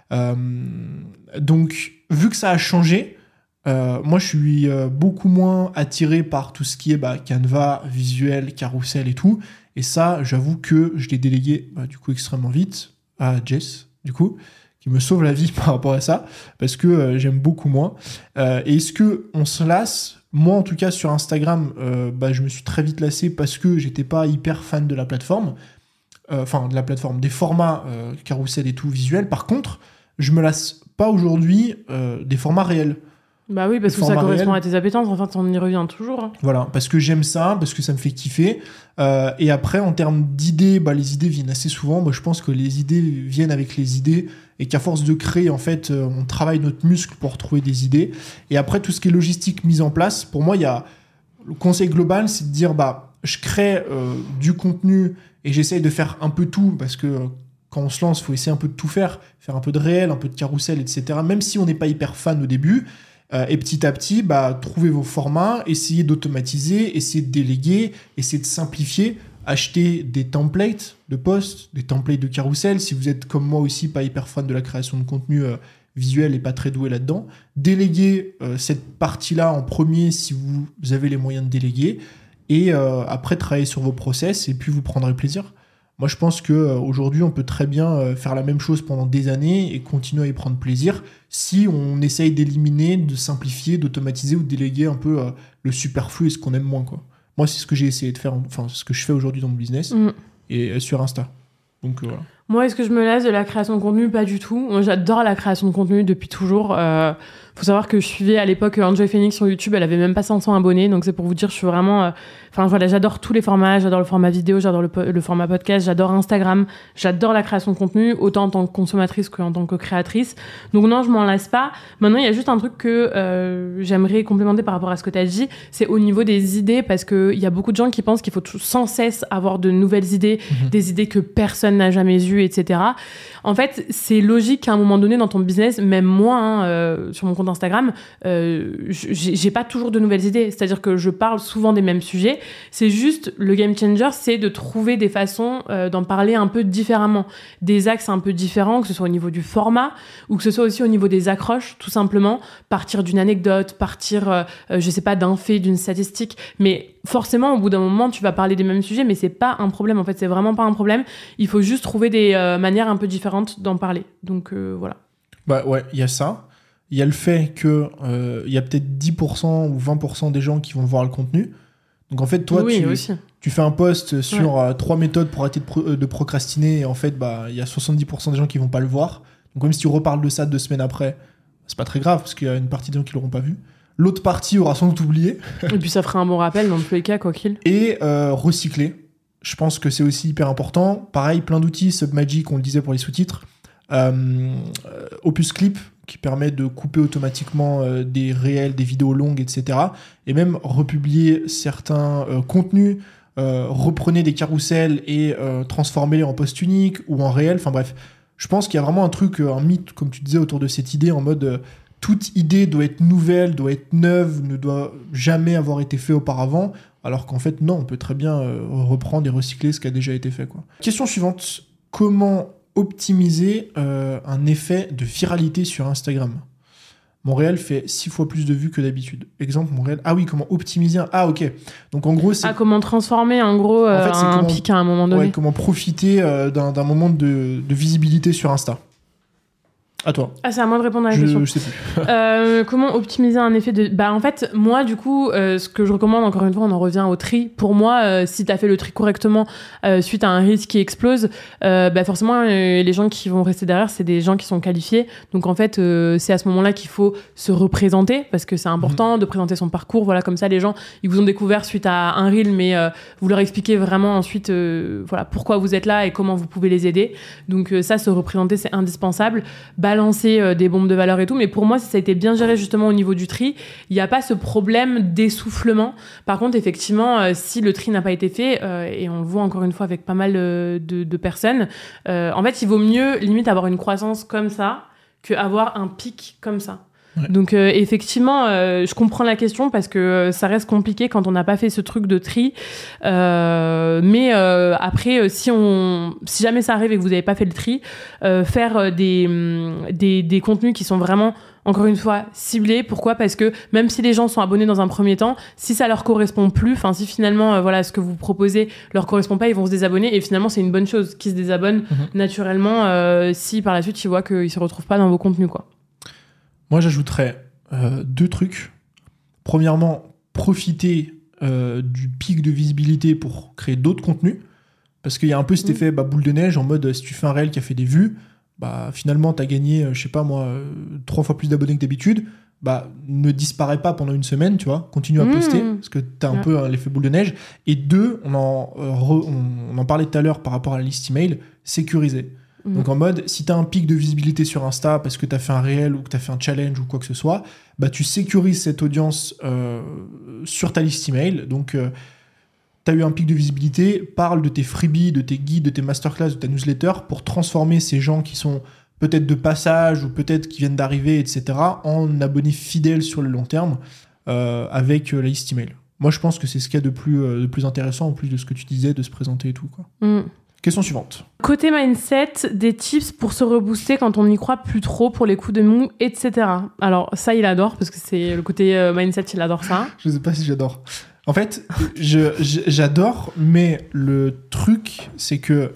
Donc, vu que ça a changé, moi, je suis beaucoup moins attiré par tout ce qui est Canva, visuel, carrousel et tout. Et ça, j'avoue que je l'ai délégué du coup extrêmement vite à Jess, du coup, qui me sauve la vie par rapport à ça, parce que j'aime beaucoup moins. Et est-ce qu'on se lasse ? Moi, en tout cas, sur Instagram, je me suis très vite lassé parce que j'étais pas hyper fan de la plateforme. De la plateforme, des formats carrousel et tout visuel. Par contre, je me lasse pas aujourd'hui des formats réels. Bah oui, parce que ça correspond à tes appétences. Enfin, on y revient toujours. Voilà, parce que j'aime ça, parce que ça me fait kiffer. Et après, en termes d'idées, les idées viennent assez souvent. Moi, je pense que les idées viennent avec les idées et qu'à force de créer, en fait, on travaille notre muscle pour trouver des idées. Et après, tout ce qui est logistique mise en place, pour moi, il y a le conseil global, c'est de dire, je crée du contenu et j'essaye de faire un peu tout parce que quand on se lance, il faut essayer un peu de tout faire un peu de réel, un peu de carrousel, etc. Même si on n'est pas hyper fan au début. Et petit à petit, trouvez vos formats, essayez d'automatiser, essayez de déléguer, essayez de simplifier, achetez des templates de posts, des templates de carrousel. Si vous êtes comme moi aussi pas hyper fan de la création de contenu visuel et pas très doué là-dedans, déléguez cette partie-là en premier si vous avez les moyens de déléguer et après travaillez sur vos process et puis vous prendrez plaisir. Moi, je pense qu'aujourd'hui, on peut très bien faire la même chose pendant des années et continuer à y prendre plaisir si on essaye d'éliminer, de simplifier, d'automatiser ou de déléguer un peu le superflu et ce qu'on aime moins, quoi. Moi, c'est ce que j'ai essayé de faire, c'est ce que je fais aujourd'hui dans mon business et sur Insta. Donc, voilà. Moi, est-ce que je me lasse de la création de contenu ? Pas du tout. Moi, j'adore la création de contenu depuis toujours. Faut savoir que je suivais à l'époque Enjoy Phoenix sur YouTube. Elle avait même pas 500 abonnés. Donc, c'est pour vous dire, je suis vraiment... j'adore tous les formats. J'adore le format vidéo, j'adore le format podcast, j'adore Instagram. J'adore la création de contenu, autant en tant que consommatrice qu'en tant que créatrice. Donc, non, je m'en lasse pas. Maintenant, il y a juste un truc que j'aimerais complémenter par rapport à ce que tu as dit. C'est au niveau des idées, parce qu'il y a beaucoup de gens qui pensent qu'il faut sans cesse avoir de nouvelles idées, des idées que personne n'a jamais eues, etc. En fait, c'est logique qu'à un moment donné dans ton business, même moi, sur mon compte Instagram, j'ai pas toujours de nouvelles idées. C'est-à-dire que je parle souvent des mêmes sujets. C'est juste, le game changer, c'est de trouver des façons d'en parler un peu différemment. Des axes un peu différents, que ce soit au niveau du format ou que ce soit aussi au niveau des accroches, tout simplement. Partir d'une anecdote, partir, je sais pas, d'un fait, d'une statistique. Mais forcément, au bout d'un moment, tu vas parler des mêmes sujets, mais c'est pas un problème. En fait, c'est vraiment pas un problème. Il faut juste trouver des manières un peu différentes d'en parler. Donc, voilà. Ouais, il y a ça. Il y a le fait que il y a peut-être 10% ou 20% des gens qui vont voir le contenu. Donc en fait, toi, tu fais un post sur 3 méthodes pour arrêter de procrastiner et en fait, il y a 70% des gens qui vont pas le voir. Donc même si tu reparles de ça 2 semaines après, c'est pas très grave parce qu'il y a une partie des gens qui l'auront pas vu. L'autre partie aura sans doute oublié. Et puis ça fera un bon rappel dans tous les cas, quoi qu'il. Et recycler. Je pense que c'est aussi hyper important. Pareil, plein d'outils, Submagic, on le disait pour les sous-titres. Opus Clip, qui permet de couper automatiquement des réels, des vidéos longues, etc. Et même republier certains contenus, reprenez des carousels et transformez-les en post unique ou en réel. Enfin bref, je pense qu'il y a vraiment un truc, un mythe, comme tu disais, autour de cette idée, en mode toute idée doit être nouvelle, doit être neuve, ne doit jamais avoir été fait auparavant. Alors qu'en fait, non, on peut très bien reprendre et recycler ce qui a déjà été fait, quoi. Question suivante. Comment optimiser un effet de viralité sur Instagram? Mon réel fait 6 fois plus de vues que d'habitude. Exemple, mon réel... Ah oui, comment optimiser un... Ah ok. Donc en gros, c'est... Ah, comment transformer en gros en fait, un pic à un moment donné. Ouais, comment profiter d'un moment de visibilité sur Insta. À toi. Ah, c'est à moi de répondre à la question. Je sais plus. Comment optimiser un effet de... Bah, en fait, moi, du coup, ce que je recommande, encore une fois, on en revient au tri. Pour moi, si t'as fait le tri correctement suite à un risque qui explose, bah, forcément, les gens qui vont rester derrière, c'est des gens qui sont qualifiés. Donc, en fait, c'est à ce moment-là qu'il faut se représenter, parce que c'est important de présenter son parcours. Voilà, comme ça, les gens, ils vous ont découvert suite à un reel, mais vous leur expliquez vraiment ensuite voilà, pourquoi vous êtes là et comment vous pouvez les aider. Donc, ça, se représenter, c'est indispensable. Balancer des bombes de valeur et tout, mais pour moi, si ça a été bien géré justement au niveau du tri, il n'y a pas ce problème d'essoufflement. Par contre, effectivement, si le tri n'a pas été fait, et on le voit encore une fois avec pas mal de personnes, en fait, il vaut mieux limite avoir une croissance comme ça qu'avoir un pic comme ça. Ouais. Donc effectivement, je comprends la question parce que ça reste compliqué quand on n'a pas fait ce truc de tri. Mais après, si jamais ça arrive et que vous n'avez pas fait le tri, faire des contenus qui sont vraiment, encore une fois, ciblés. Pourquoi ? Parce que même si les gens sont abonnés dans un premier temps, si ça leur correspond plus, enfin si finalement voilà ce que vous proposez leur correspond pas, ils vont se désabonner et finalement c'est une bonne chose qu'ils se désabonnent naturellement si par la suite ils voient qu'ils se retrouvent pas dans vos contenus, quoi. Moi, j'ajouterais 2 trucs. Premièrement, profiter du pic de visibilité pour créer d'autres contenus. Parce qu'il y a un peu cet effet boule de neige, en mode si tu fais un réel qui a fait des vues, bah, finalement, tu as gagné, je sais pas moi, 3 fois plus d'abonnés que d'habitude. Bah, ne disparaît pas pendant une semaine, tu vois. Continue à poster, parce que tu as un peu l'effet boule de neige. Et 2, on en parlait tout à l'heure par rapport à la liste email, sécuriser. Donc en mode, si tu as un pic de visibilité sur Insta parce que tu as fait un réel ou que tu as fait un challenge ou quoi que ce soit, bah tu sécurises cette audience sur ta liste email. Donc tu as eu un pic de visibilité, parle de tes freebies, de tes guides, de tes masterclass, de ta newsletter pour transformer ces gens qui sont peut-être de passage ou peut-être qui viennent d'arriver, etc., en abonnés fidèles sur le long terme avec la liste email. Moi, je pense que c'est ce qu'il y a de plus intéressant en plus de ce que tu disais, de se présenter et tout, quoi. Question suivante. Côté mindset, des tips pour se rebooster quand on n'y croit plus trop pour les coups de mou, etc. Alors ça, il adore, parce que c'est le côté mindset, il adore ça. Je sais pas si j'adore. En fait, j'adore, mais le truc, c'est que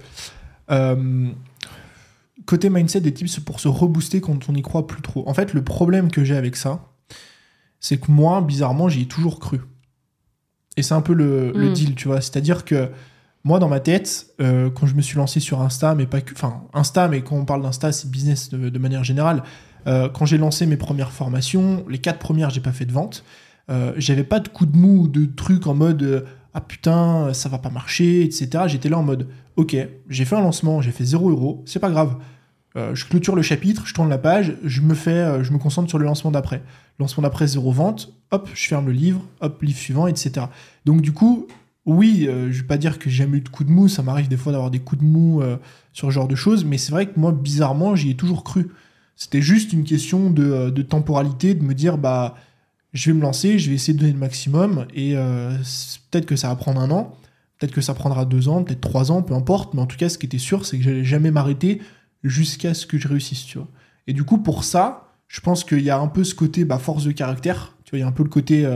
côté mindset, des tips pour se rebooster quand on n'y croit plus trop. En fait, le problème que j'ai avec ça, c'est que moi, bizarrement, j'y ai toujours cru. Et c'est un peu le deal, tu vois. C'est-à-dire que moi, dans ma tête, quand je me suis lancé sur Insta, mais pas que... Enfin, Insta, mais quand on parle d'Insta, c'est business de manière générale. Quand j'ai lancé mes premières formations, les 4 premières, j'ai pas fait de vente. J'avais pas de coup de mou ou de trucs en mode ah putain, ça va pas marcher, etc. J'étais là en mode ok, j'ai fait un lancement, j'ai fait 0€, c'est pas grave. Je clôture le chapitre, je tourne la page, je me concentre sur le lancement d'après. Lancement d'après, 0 vente, hop, je ferme le livre, hop, livre suivant, etc. Donc du coup, oui, je vais pas dire que j'ai jamais eu de coup de mou, ça m'arrive des fois d'avoir des coups de mou sur ce genre de choses, mais c'est vrai que moi, bizarrement, j'y ai toujours cru. C'était juste une question de temporalité, de me dire, bah, je vais me lancer, je vais essayer de donner le maximum, et peut-être que ça va prendre 1 an, peut-être que ça prendra 2 ans, peut-être 3 ans, peu importe, mais en tout cas, ce qui était sûr, c'est que j'allais jamais m'arrêter jusqu'à ce que je réussisse, tu vois. Et du coup, pour ça, je pense qu'il y a un peu ce côté force de caractère, tu vois, il y a un peu le côté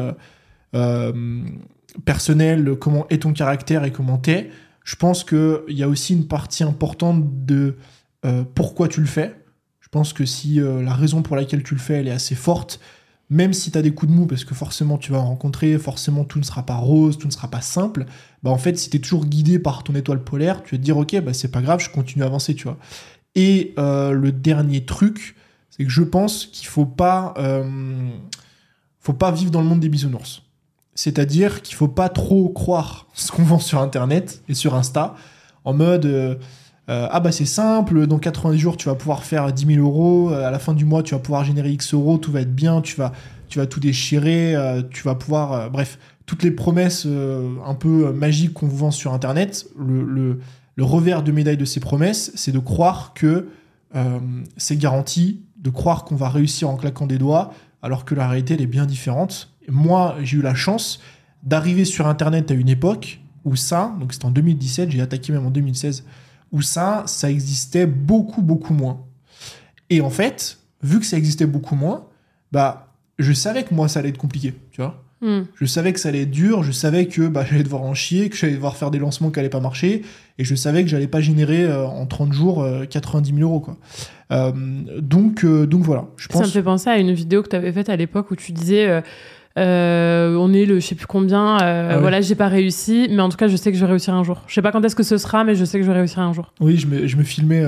personnel, comment est ton caractère et comment t'es. Je pense qu'il y a aussi une partie importante de pourquoi tu le fais. Je pense que si la raison pour laquelle tu le fais, elle est assez forte, même si tu as des coups de mou, parce que forcément tu vas en rencontrer, forcément tout ne sera pas rose, tout ne sera pas simple, en fait, si tu es toujours guidé par ton étoile polaire, tu vas te dire, ok, c'est pas grave, je continue à avancer, tu vois. Et le dernier truc, C'est que je pense qu'il faut pas vivre dans le monde des bisounours. C'est-à-dire qu'il faut pas trop croire ce qu'on vend sur Internet et sur Insta, en mode c'est simple, dans 90 jours tu vas pouvoir faire 10 000 euros, à la fin du mois tu vas pouvoir générer X euros, tout va être bien, tu vas tout déchirer, tu vas pouvoir... bref, toutes les promesses un peu magiques qu'on vous vend sur Internet, le revers de médaille de ces promesses, c'est de croire que c'est garanti, de croire qu'on va réussir en claquant des doigts, alors que la réalité, elle est bien différente. Et moi, j'ai eu la chance d'arriver sur Internet à une époque où ça, donc c'était en 2017, j'ai attaqué même en 2016, où ça existait beaucoup, beaucoup moins. Et en fait, vu que ça existait beaucoup moins, je savais que moi, ça allait être compliqué, tu vois. Je savais que ça allait être dur, je savais que j'allais devoir en chier, que j'allais devoir faire des lancements qui n'allaient pas marcher, et je savais que j'allais pas générer en 30 jours 90 000 euros, quoi. Donc voilà. Ça me fait penser à une vidéo que tu avais faite à l'époque où tu disais on est le je sais plus combien, voilà, j'ai pas réussi, mais en tout cas je sais que je vais réussir un jour. Je sais pas quand est-ce que ce sera, mais je sais que je vais réussir un jour. Oui, je me filmais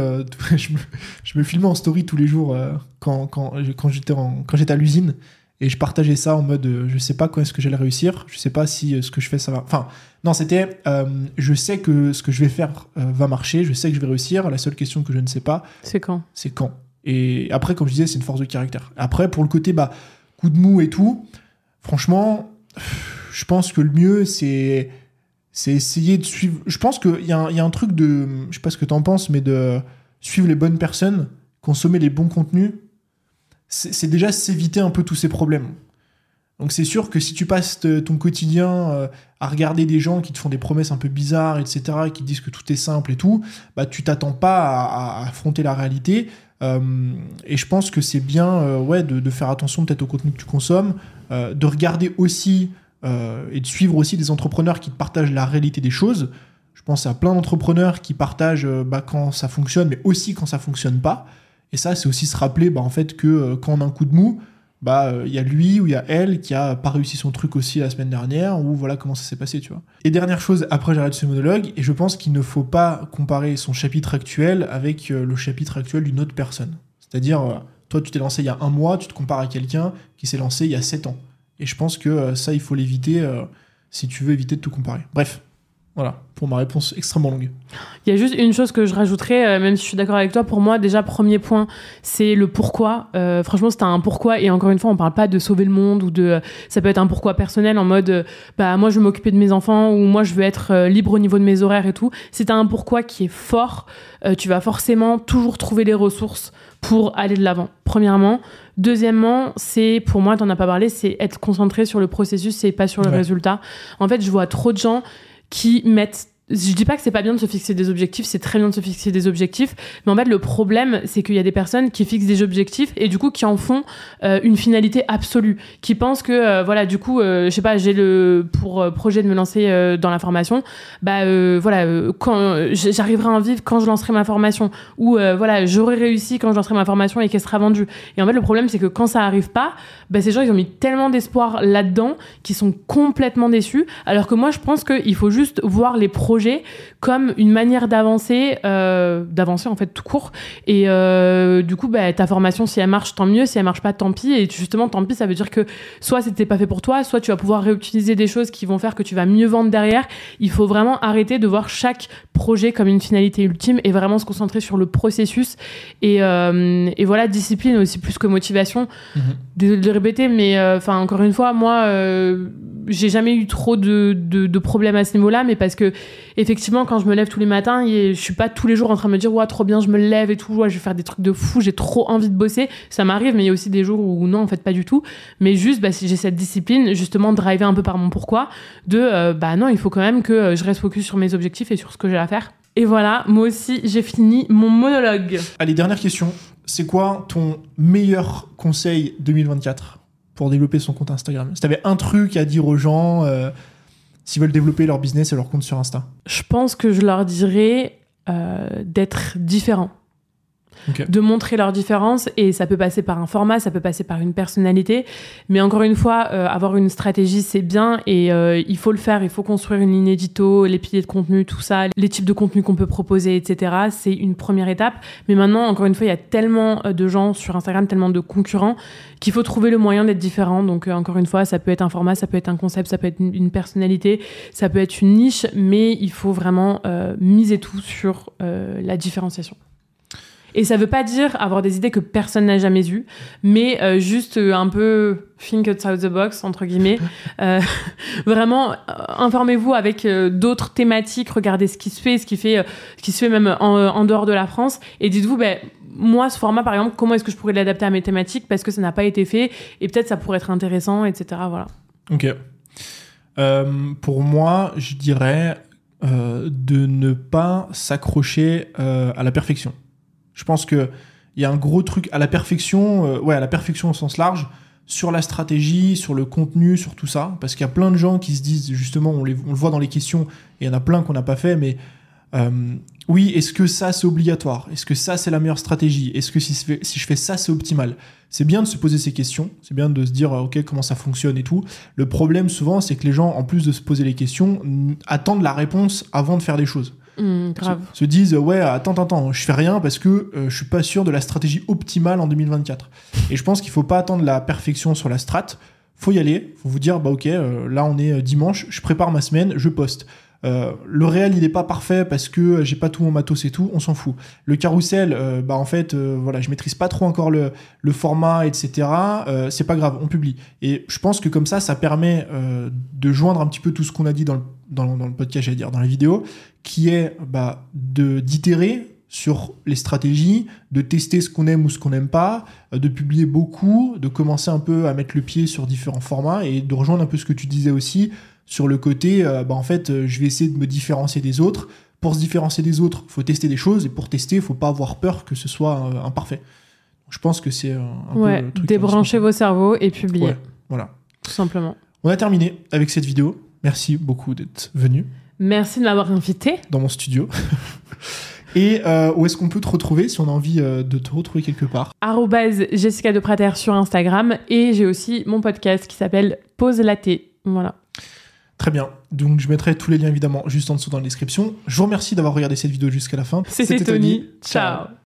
je me filmais en story tous les jours quand j'étais à l'usine. Et je partageais ça en mode je sais pas quand est-ce que j'allais réussir, je sais pas si ce que je fais ça va... Enfin, non, c'était je sais que ce que je vais faire va marcher, je sais que je vais réussir, la seule question que je ne sais pas... C'est quand. Et après, comme je disais, c'est une force de caractère. Après, pour le côté coup de mou et tout, franchement, je pense que le mieux, c'est essayer de suivre... Je pense qu'il y a un truc de... Je sais pas ce que t'en penses, mais de suivre les bonnes personnes, consommer les bons contenus, c'est déjà s'éviter un peu tous ces problèmes. Donc c'est sûr que si tu passes ton quotidien à regarder des gens qui te font des promesses un peu bizarres, etc., et qui te disent que tout est simple et tout, tu t'attends pas à affronter la réalité. Et je pense que c'est bien de faire attention peut-être au contenu que tu consommes, de regarder aussi et de suivre aussi des entrepreneurs qui te partagent la réalité des choses. Je pense à plein d'entrepreneurs qui partagent quand ça fonctionne, mais aussi quand ça fonctionne pas. Et ça, c'est aussi se rappeler en fait que quand on a un coup de mou, y a lui ou il y a elle qui a pas réussi son truc aussi la semaine dernière, ou voilà comment ça s'est passé, tu vois. Et dernière chose, après j'arrête ce monologue, et je pense qu'il ne faut pas comparer son chapitre actuel avec le chapitre actuel d'une autre personne. C'est-à-dire, toi tu t'es lancé il y a 1 mois, tu te compares à quelqu'un qui s'est lancé il y a 7 ans. Et je pense que ça, il faut l'éviter si tu veux éviter de te comparer. Bref. Voilà, pour ma réponse extrêmement longue. Il y a juste une chose que je rajouterais, même si je suis d'accord avec toi, pour moi, déjà, premier point, c'est le pourquoi. Franchement, c'est un pourquoi, et encore une fois, on parle pas de sauver le monde, ou de... Ça peut être un pourquoi personnel, en mode, moi, je veux m'occuper de mes enfants, ou moi, je veux être libre au niveau de mes horaires et tout. C'est un pourquoi qui est fort, tu vas forcément toujours trouver les ressources pour aller de l'avant, premièrement. Deuxièmement, c'est, pour moi, t'en as pas parlé, c'est être concentré sur le processus et pas sur le résultat. En fait, je vois trop de gens qui mettent... Je dis pas que c'est pas bien de se fixer des objectifs, c'est très bien de se fixer des objectifs, mais en fait le problème c'est qu'il y a des personnes qui fixent des objectifs et du coup qui en font une finalité absolue, qui pensent que voilà, du coup je sais pas, j'ai pour projet de me lancer dans la formation, quand j'arriverai à en vivre quand je lancerai ma formation, ou voilà, j'aurai réussi quand je lancerai ma formation et qu'elle sera vendue. Et en fait le problème c'est que quand ça arrive pas, ces gens ils ont mis tellement d'espoir là-dedans qu'ils sont complètement déçus, alors que moi je pense qu'il faut juste voir les projets comme une manière d'avancer en fait tout court, et du coup ta formation, si elle marche tant mieux, si elle marche pas tant pis, et justement tant pis ça veut dire que soit c'était pas fait pour toi, soit tu vas pouvoir réutiliser des choses qui vont faire que tu vas mieux vendre derrière. Il faut vraiment arrêter de voir chaque projet comme une finalité ultime et vraiment se concentrer sur le processus, et voilà, discipline aussi plus que motivation. Désolé de le répéter, mais encore une fois, moi j'ai jamais eu trop de problèmes à ce niveau-là, mais parce que effectivement quand je me lève tous les matins, je suis pas tous les jours en train de me dire ouais, trop bien, je me lève et tout, ouais, je vais faire des trucs de fou, j'ai trop envie de bosser. Ça m'arrive, mais il y a aussi des jours où non, en fait pas du tout, mais juste si j'ai cette discipline, justement drivée un peu par mon pourquoi, non, il faut quand même que je reste focus sur mes objectifs et sur ce que j'ai à faire. Et voilà, moi aussi j'ai fini mon monologue. Allez, dernière question, c'est quoi ton meilleur conseil 2024 pour développer son compte Instagram? Si t'avais un truc à dire aux gens s'ils veulent développer leur business et leur compte sur Insta. Je pense que je leur dirais d'être différent. de montrer leurs différences, et ça peut passer par un format, ça peut passer par une personnalité, mais encore une fois, avoir une stratégie, c'est bien, et il faut le faire, il faut construire une ligne édito, les piliers de contenu, tout ça, les types de contenu qu'on peut proposer, etc. C'est une première étape, mais maintenant, encore une fois, il y a tellement de gens sur Instagram, tellement de concurrents, qu'il faut trouver le moyen d'être différent. Donc encore une fois, ça peut être un format, ça peut être un concept, ça peut être une personnalité, ça peut être une niche, mais il faut vraiment miser tout sur la différenciation. Et ça veut pas dire avoir des idées que personne n'a jamais eues, mais juste un peu think outside the box, entre guillemets. Vraiment, informez-vous avec d'autres thématiques, regardez ce qui se fait même en dehors de la France, et dites-vous, moi, ce format, par exemple, comment est-ce que je pourrais l'adapter à mes thématiques, parce que ça n'a pas été fait, et peut-être ça pourrait être intéressant, etc. Voilà. Ok. Pour moi, je dirais de ne pas s'accrocher à la perfection. Je pense qu'il y a un gros truc à la perfection, à la perfection au sens large, sur la stratégie, sur le contenu, sur tout ça. Parce qu'il y a plein de gens qui se disent, justement, on le voit dans les questions, et il y en a plein qu'on n'a pas fait, mais oui, est-ce que ça, c'est obligatoire ? Est-ce que ça, c'est la meilleure stratégie ? Est-ce que si je fais ça, c'est optimal ? C'est bien de se poser ces questions, c'est bien de se dire, ok, comment ça fonctionne et tout. Le problème, souvent, c'est que les gens, en plus de se poser les questions, attendent la réponse avant de faire des choses. Grave. Se disent attends, je fais rien parce que je suis pas sûr de la stratégie optimale en 2024. Et je pense qu'il faut pas attendre la perfection sur la strat, faut y aller, faut vous dire là on est dimanche, je prépare ma semaine, je poste. Le réel il est pas parfait parce que j'ai pas tout mon matos et tout, on s'en fout. Le carrousel, je maîtrise pas trop encore le format, etc. C'est pas grave, on publie. Et je pense que comme ça permet de joindre un petit peu tout ce qu'on a dit dans le podcast, j'allais dire, dans la vidéo, qui est d'itérer sur les stratégies, de tester ce qu'on aime ou ce qu'on n'aime pas, de publier beaucoup, de commencer un peu à mettre le pied sur différents formats, et de rejoindre un peu ce que tu disais aussi sur le côté, je vais essayer de me différencier des autres. Pour se différencier des autres, il faut tester des choses, et pour tester, il ne faut pas avoir peur que ce soit imparfait. Je pense que c'est un peu le truc. Débranchez vos cerveaux et publiez. Ouais, voilà. Tout simplement. On a terminé avec cette vidéo. Merci beaucoup d'être venu. Merci de m'avoir invité. Dans mon studio. Et où est-ce qu'on peut te retrouver si on a envie de te retrouver quelque part ? @Jessica de Prater sur Instagram. Et j'ai aussi mon podcast qui s'appelle Pause Latte. Voilà. Très bien. Donc, je mettrai tous les liens, évidemment, juste en dessous dans la description. Je vous remercie d'avoir regardé cette vidéo jusqu'à la fin. C'était Tony. Ciao.